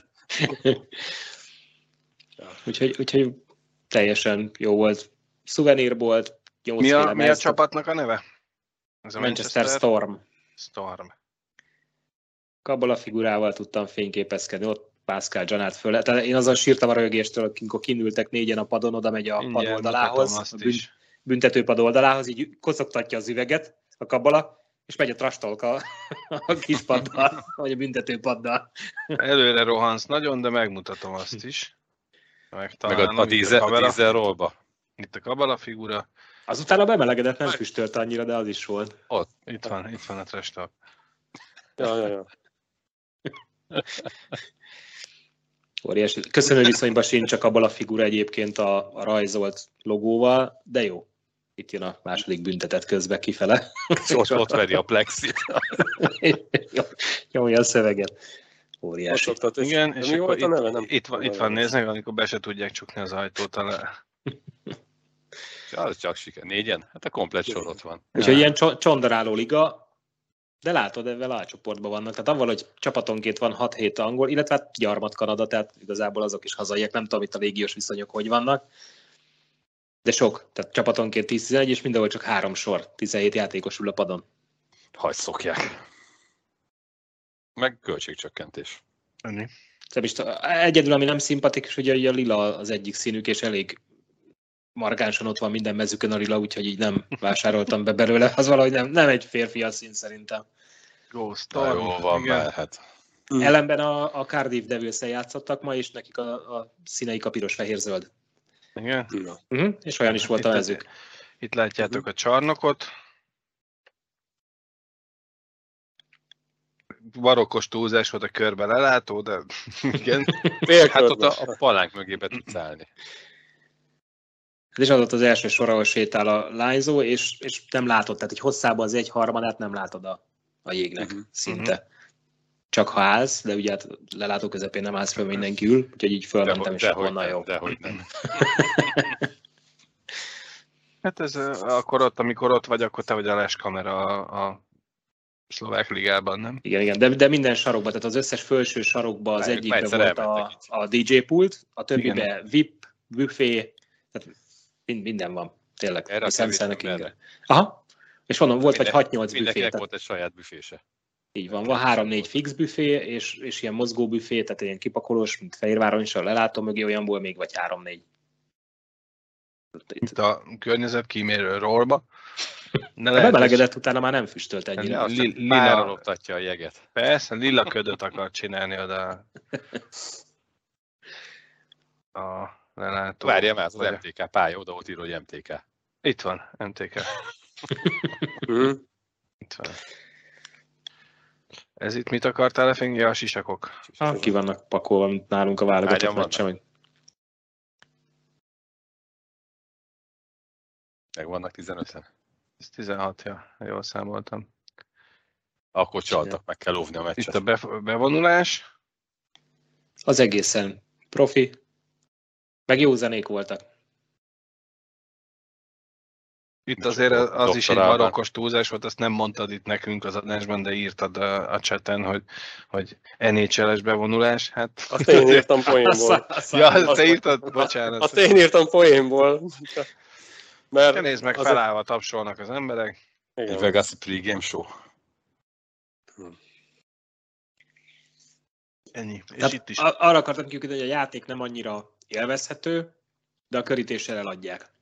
Úgyhogy, úgyhogy teljesen jó volt. Szuvenírbolt, Mi nyolcféle a, mi a mez, csapatnak a neve? Ez a Manchester Storm. Storm. Abból a figurával tudtam fényképezkedni, ott Pascal Janát föl. Tehát én azon sírtam a rögéstől, amikor kinültek négyen a padon, oda megy a pad Mindjárt oldalához, mutatom azt a bün- is. büntetőpad oldalához, így kocogtatja az üveget, a kabala, és megy a trastolk a, a kis paddal, vagy a büntetőpaddal. Előre rohansz nagyon, de megmutatom azt is. Meg Megtalálom. a, a Itt dízel, a kamera. dízel rollba. Itt a kabala figura. Azután a bemelegedett nem füstölte annyira, de az is volt. Ott, itt van, itt van a trash talk. Ja, ja, ja. Óriási. Köszönő viszonyban sincs csak abban a figura egyébként a, a rajzolt logóval, de jó. Itt jön a második büntetet közbe kifele. Ott, ott veri a plexit. Nyomja a szöveget. Óriási. Ott, ott, ott, Igen, és mi akkor volt a neve? itt, Nem itt, van, itt van, néznek, amikor be se tudják csukni az ajtót alá. Az csak siker. Négyen? Hát a komplet sor ott van. Úgyhogy ilyen cso- csondaráló liga, de látod, ebben alcsoportban vannak. Tehát avval, hogy csapatonként van hat-hét angol, illetve hát gyarmat Kanada, tehát igazából azok is hazaiak. Nem tudom, itt a légiós viszonyok hogy vannak. De sok, tehát csapatonként tíz-tizenegy, és mindenhol csak három sor, tizenhét játékos ül a padon. Hagy szokják. Meg költségcsökkentés. Ennyi. Egyedül, ami nem szimpatikus, ugye a lila az egyik színük, és elég margánsan ott van minden mezükön a lila, úgyhogy így nem vásároltam be belőle. Az valahogy nem, nem egy férfi a szín szerintem. Ghost Na, jó van, mehet. Mm. Ellenben a, a Cardiff Devils-el játszottak ma, és nekik a, a színeik a piros-fehér-zöld. Igen? Uh-huh. És olyan is volt itt a mezük. Itt látjátok a csarnokot. Barokkos túlzás volt a körbe lelátó, de igen. Hát ott a, a palánk mögébe tudsz állni. És az ott az első sor, ahol sétál a lányzó, és, és nem látod, tehát egy hosszában az egy harmadát nem látod a, a jégnek uh-huh. szinte. Uh-huh. Csak ha állsz, de ugye hát lelátó közepén nem állsz föl, mindenki ül, úgyhogy így fölmentem, és akkor na jó. Dehogy nem. Hát ez akkor ott, amikor ott vagy, akkor te vagy a leskamera a, a szlovák ligában, nem? Igen, igen, de, de minden sarokban, tehát az összes felső sarokban az egyikben volt a, a dé dzsé pult, a többiben vé i pé, büfé, tehát minden van, tényleg. Erre a szemszelnek ingre. Aha, és mondom, volt vagy hat-nyolc büfé. Mindenkinek volt egy saját büfése. Így van, van három-négy fix büfé, és, és ilyen mozgó büfé, tehát ilyen kipakolós, mint Fehérváron is, a lelátó mögé olyanból még vagy három-négy. Itt a környezet kímérő rollba. Ne a bemelegedett utána már nem füstölt ennyire. Li, lila roptatja a jeget. Persze, lila ködöt akar csinálni oda a lelátó. Várja már, az em té ká pálya, oda ott ír, hogy em té ká. Itt van, em té ká. Itt van. Ez itt mit akartál lefényni? A sisakok. Ha, ki vannak pakolva, mint nálunk a válogatott meccse, hogy... Meg vannak tizenöten. Ez tizenhat, ja, jól számoltam. Akkor csaltak, meg kell óvni a meccset. Itt a be- bevonulás. Az egészen profi. Meg jó zenék voltak. Itt azért az is egy barokkos túlzás volt, azt nem mondtad itt nekünk az adásban, de írtad a, a chaten, hogy, hogy en há el-es bevonulás. Hát... Azt én írtam poénból. Ja, te írtad? Bocsánat. Azt én írtam poénból. Mert te nézd meg, azért... felállva tapsolnak az emberek. Egy Vegas pregame show. Ennyi. És hát itt is. Arra akartam kiukodni, hogy a játék nem annyira élvezhető, de a körítéssel eladják.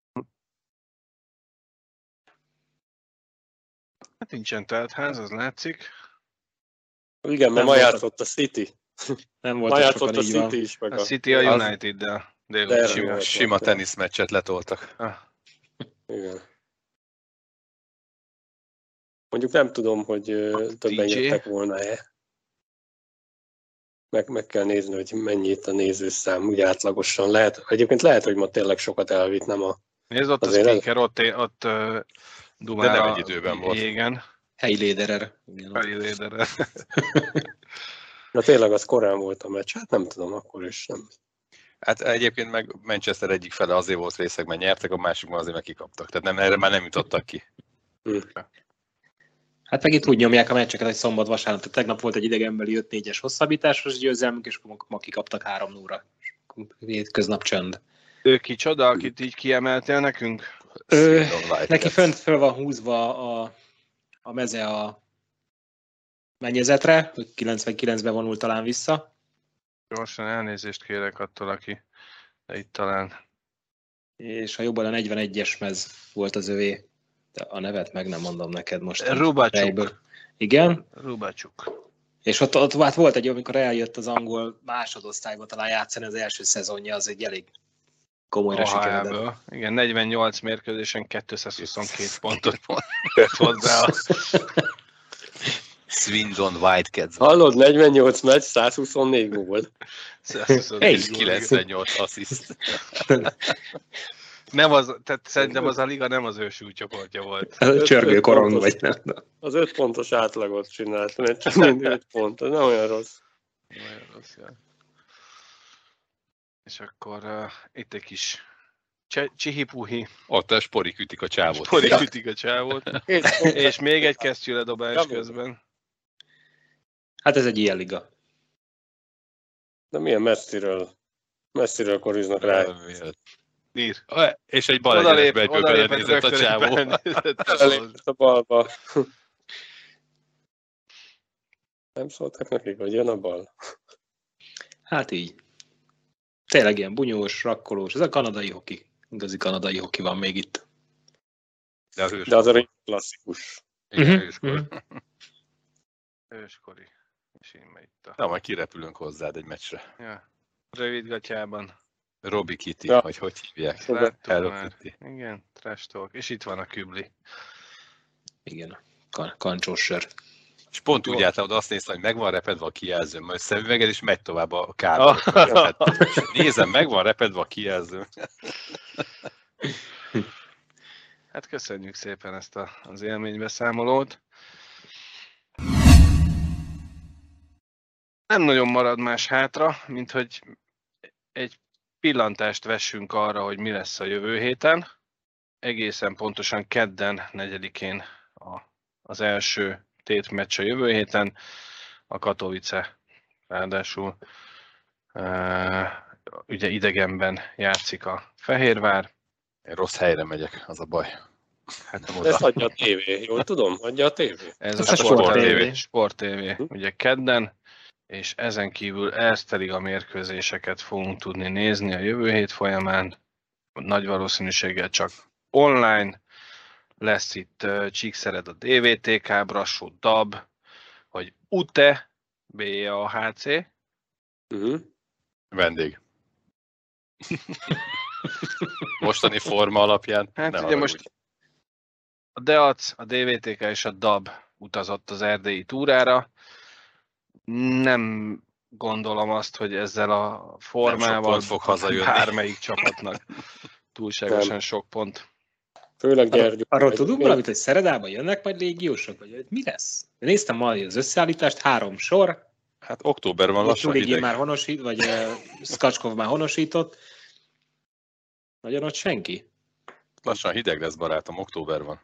Hát nincsen teltház, az látszik. Igen, mert ma játszott a City. Nem volt ma játszott sokan, a City van. Is. Meg a, a City a United-del. De sima, sima teniszmeccset letoltak. Ah. Igen. Mondjuk nem tudom, hogy többen dé dzsé jöttek volna-e. Meg, meg kell nézni, hogy mennyi itt a nézőszám, úgy átlagosan. Lehet, egyébként lehet, hogy ma tényleg sokat elvitt, nem a... Nézd, ott a speaker, el... ott, ott uh, dumál de nem egy időben volt. Jégen. Helyi Léderer. Helyi Léderer. Na tényleg az korán volt a meccs, hát nem tudom, akkor is nem. Hát egyébként meg Manchester egyik fele azért volt részegben nyertek, a másikban azért meg kikaptak. Tehát nem, erre már nem jutottak ki. Hm. Hát meg itt úgy nyomják a meccseket, hogy szombat-vasárnap. Tehát tegnap volt egy idegenbeli öt négyes hosszabbításos győzelmük, és ma kikaptak három nulla. Hétköznap csönd. Ő kicsoda, akit így kiemeltél nekünk? Ő, neki fönt föl van húzva a, a meze a mennyezetre, hogy kilencvenkilencben vonul talán vissza. Gyorsan elnézést kérek attól, aki de itt talán. És a jobban a negyvenegyes mez volt az övé. De a nevet meg nem mondom neked most. Rubacsuk. Igen? Rubacsuk. És ott, ott hát volt egy, amikor eljött az angol másodosztályba talán játszani az első szezonja, az egy elég komolyra sikeredett. Ahából. Igen, negyvennyolc mérkőzésen kétszázhuszonkét pontot tett hozzá. Swindon Whitecaps. Hallod, negyvennyolc meccs, százhuszonnégy gól. százhuszonnégy gól. kilencvennyolc assziszt. Nem az, tehát szerintem az a liga nem az ő súlycsoportja volt. Csörgő korong vagy nem. Az öt pontos átlagot csinált, mert csak mind öt pont, ez nem olyan rossz. Nem olyan rossz, ja. És akkor uh, itt egy kis csihipuhi. Ott a sporik ütik a csávót. Sporik ütik a csávót. És még egy kesztyűledobás közben. Hát ez egy ilyen liga. De milyen messziről, messziről koriznak rá. Ír. És egy bal egyenesbe egyből belenézett a csávó. Belelépett a balba. Nem szóltak nekik, hogy jön a bal? Hát így. Tényleg ilyen bunyós, rakkolós. Ez a kanadai hoki. Igazi kanadai hoki van még itt. De az, De az a régi klasszikus. Igen, Mhm, őskori. mhm. Őskori. És én megy itt a... Na, majd kirepülünk hozzád egy meccsre. Ja. Rövidgatjában. Robi Kitty, Ja. vagy hogy hívják? Láttuk Hello már. Kitty. Igen, trash talk. És itt van a Kübli. Igen. Kan- kancsós sör. És pont úgy álltam, oda azt néztem, hogy meg van repedve a kijelzőm, majd szemüveged, és megy tovább a kábel. Ah. Nézem, meg van repedve a kijelzőm. Hát köszönjük szépen ezt a, az élménybeszámolót. Nem nagyon marad más hátra, mint hogy egy pillantást vessünk arra, hogy mi lesz a jövő héten. Egészen pontosan kedden, negyedikén a, az első tétmeccs a jövő héten, a Katowice ráadásul. Uh, ugye idegenben játszik a Fehérvár. Én rossz helyre megyek, az a baj. Hát nem Ezt oda. adja a tévé, jól tudom? Adja a tévé? Ez Ez a a Sport Sport té vé. té vé. Sport té vé. Hm. Ugye kedden, és ezen kívül Erste mérkőzéseket fogunk tudni nézni a jövő hét folyamán. Nagy valószínűséggel csak online. Lesz itt uh, Csíkszered a dé vé té ká, Brassó Dab, vagy u té e, bé á há cé. Uh-huh. Vendég. Mostani forma alapján. Hát ne ugye haragudj. most a Deac, a dé vé té ká és a Dab utazott az erdélyi túrára. Nem gondolom azt, hogy ezzel a formával pont fog hazajönni. bármelyik csapatnak túlságosan Nem. sok pont. Főleg Gyergyó. Arról tudunk valamit, hogy Szeredában jönnek majd légiósok? Vagy mi lesz? Néztem majd az összeállítást, három sor. Hát október van, lassan Csuligé hideg. már honosít, vagy uh, Skacskov már honosított. Nagyon ott senki. Lassan hideg lesz, barátom, október van.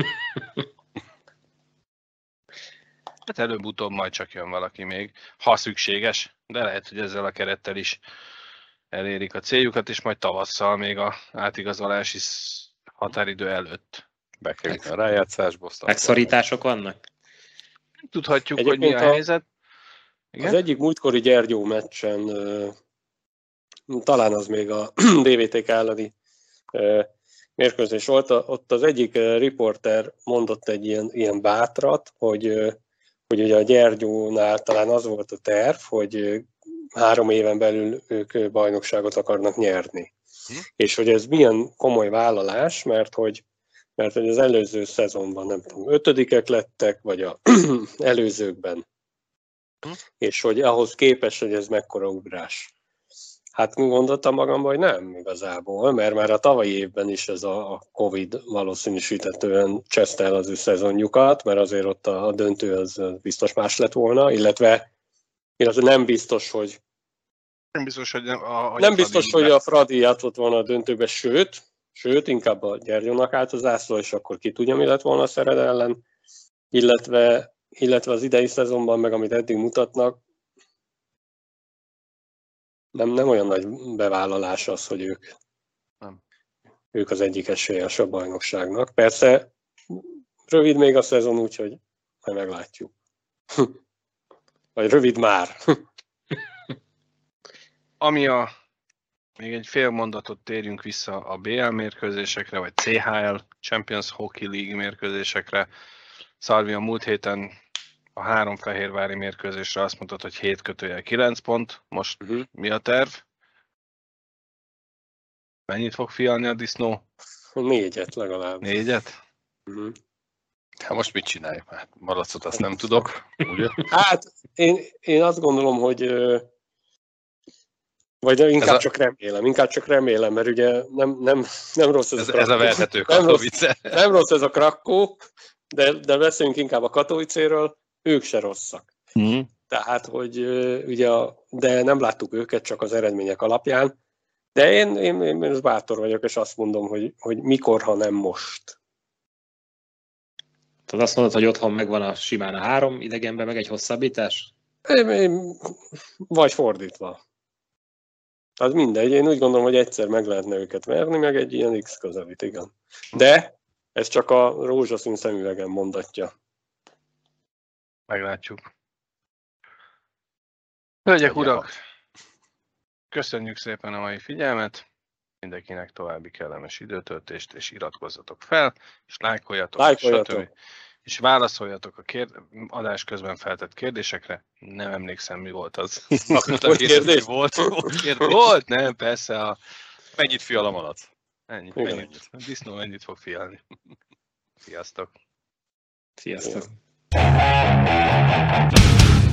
Hát előbb-utóbb majd csak jön valaki még, ha szükséges, de lehet, hogy ezzel a kerettel is elérik a céljukat, és majd tavasszal még a átigazolási sz- határidő előtt. Bekerülni a rájátszásba. aztán- Megszorítások vannak? Tudhatjuk, hogy mi Egyébként a a- helyzet. Igen? Az egyik múltkori Gyergyó meccsen, ö, talán az még a dé vé té ká elleni ö, mérkőzés volt, a- ott az egyik ö, riporter mondott egy ilyen, ilyen bátrat, hogy, ö, hogy ugye a Gyergyónál talán az volt a terv, hogy ö, három éven belül ők ö, bajnokságot akarnak nyerni. Hm? És hogy ez milyen komoly vállalás, mert hogy, mert hogy az előző szezonban, nem tudom, ötödikek lettek, vagy a előzőkben. Hm? És hogy ahhoz képest, hogy ez mekkora ugrás. Hát gondoltam magamban, hogy nem igazából, mert már a tavalyi évben is ez a a Covid valószínűsítetően cseszte el az ő szezonjukat, mert azért ott a a döntő az biztos más lett volna, illetve, illetve nem biztos, hogy Nem biztos, hogy nem, a, hogy nem a biztos, Fradi hogy a Fradi játszott volna a döntőbe, sőt, sőt, inkább a Gyergyónak állt az zászló, és akkor ki tudja, mi lett volna a Szered ellen, illetve, illetve az idei szezonban, meg amit eddig mutatnak, nem, nem olyan nagy bevállalás az, hogy ők, Nem. ők az egyik esélyes a bajnokságnak. Persze rövid még a szezon, úgyhogy majd meglátjuk. Vagy rövid már. Ami a, még egy fél mondatot térjünk vissza a bé el mérkőzésekre, vagy cé há el, Champions Hockey League mérkőzésekre. Szalvi a múlt héten a három fehérvári mérkőzésre azt mondtad, hogy hét kötőjel kilenc pont. Most Uh-huh. mi a terv? Mennyit fog fialni a disznó? Négyet legalább. Négyet? Uh-huh. Hát most mit csináljuk? Hát malacot azt nem tudok, ugye? Hát én, én azt gondolom, hogy vagy inkább a... csak remélem, inkább csak remélem, mert ugye nem, nem, nem rossz ez, ez a Krakkó. Ez a verhető Katowice. Nem, nem rossz ez a Krakkó, de, de beszéljünk inkább a Katowicéről, ők se rosszak. Mm. Tehát, hogy ugye, de nem láttuk őket csak az eredmények alapján, de én, én, én, én bátor vagyok, és azt mondom, hogy, hogy mikor, ha nem most. Tehát azt mondod, hogy otthon megvan a simán a három idegenben, meg egy hosszabbítás? Én, én, vagy fordítva. Az mindegy, én úgy gondolom, hogy egyszer meg lehetne őket verni, meg egy ilyen X közelít, igen. De ez csak a rózsaszín szemüvegen mondatja. Meglátjuk. Hölgyek, urak! Köszönjük szépen a mai figyelmet! Mindenkinek további kellemes időtöltést, és iratkozzatok fel, és lájkoljatok, lájkoljatok. stb. És válaszoljatok a kérd... adás közben feltett kérdésekre. Nem emlékszem, mi volt az. Akartam kérdés? Volt, volt kérdés. Volt, nem, persze. A... Mennyit fial a malac? Ennyi, Igen. mennyit. A disznó mennyit fog fialni. Sziasztok! Sziasztok! Igen.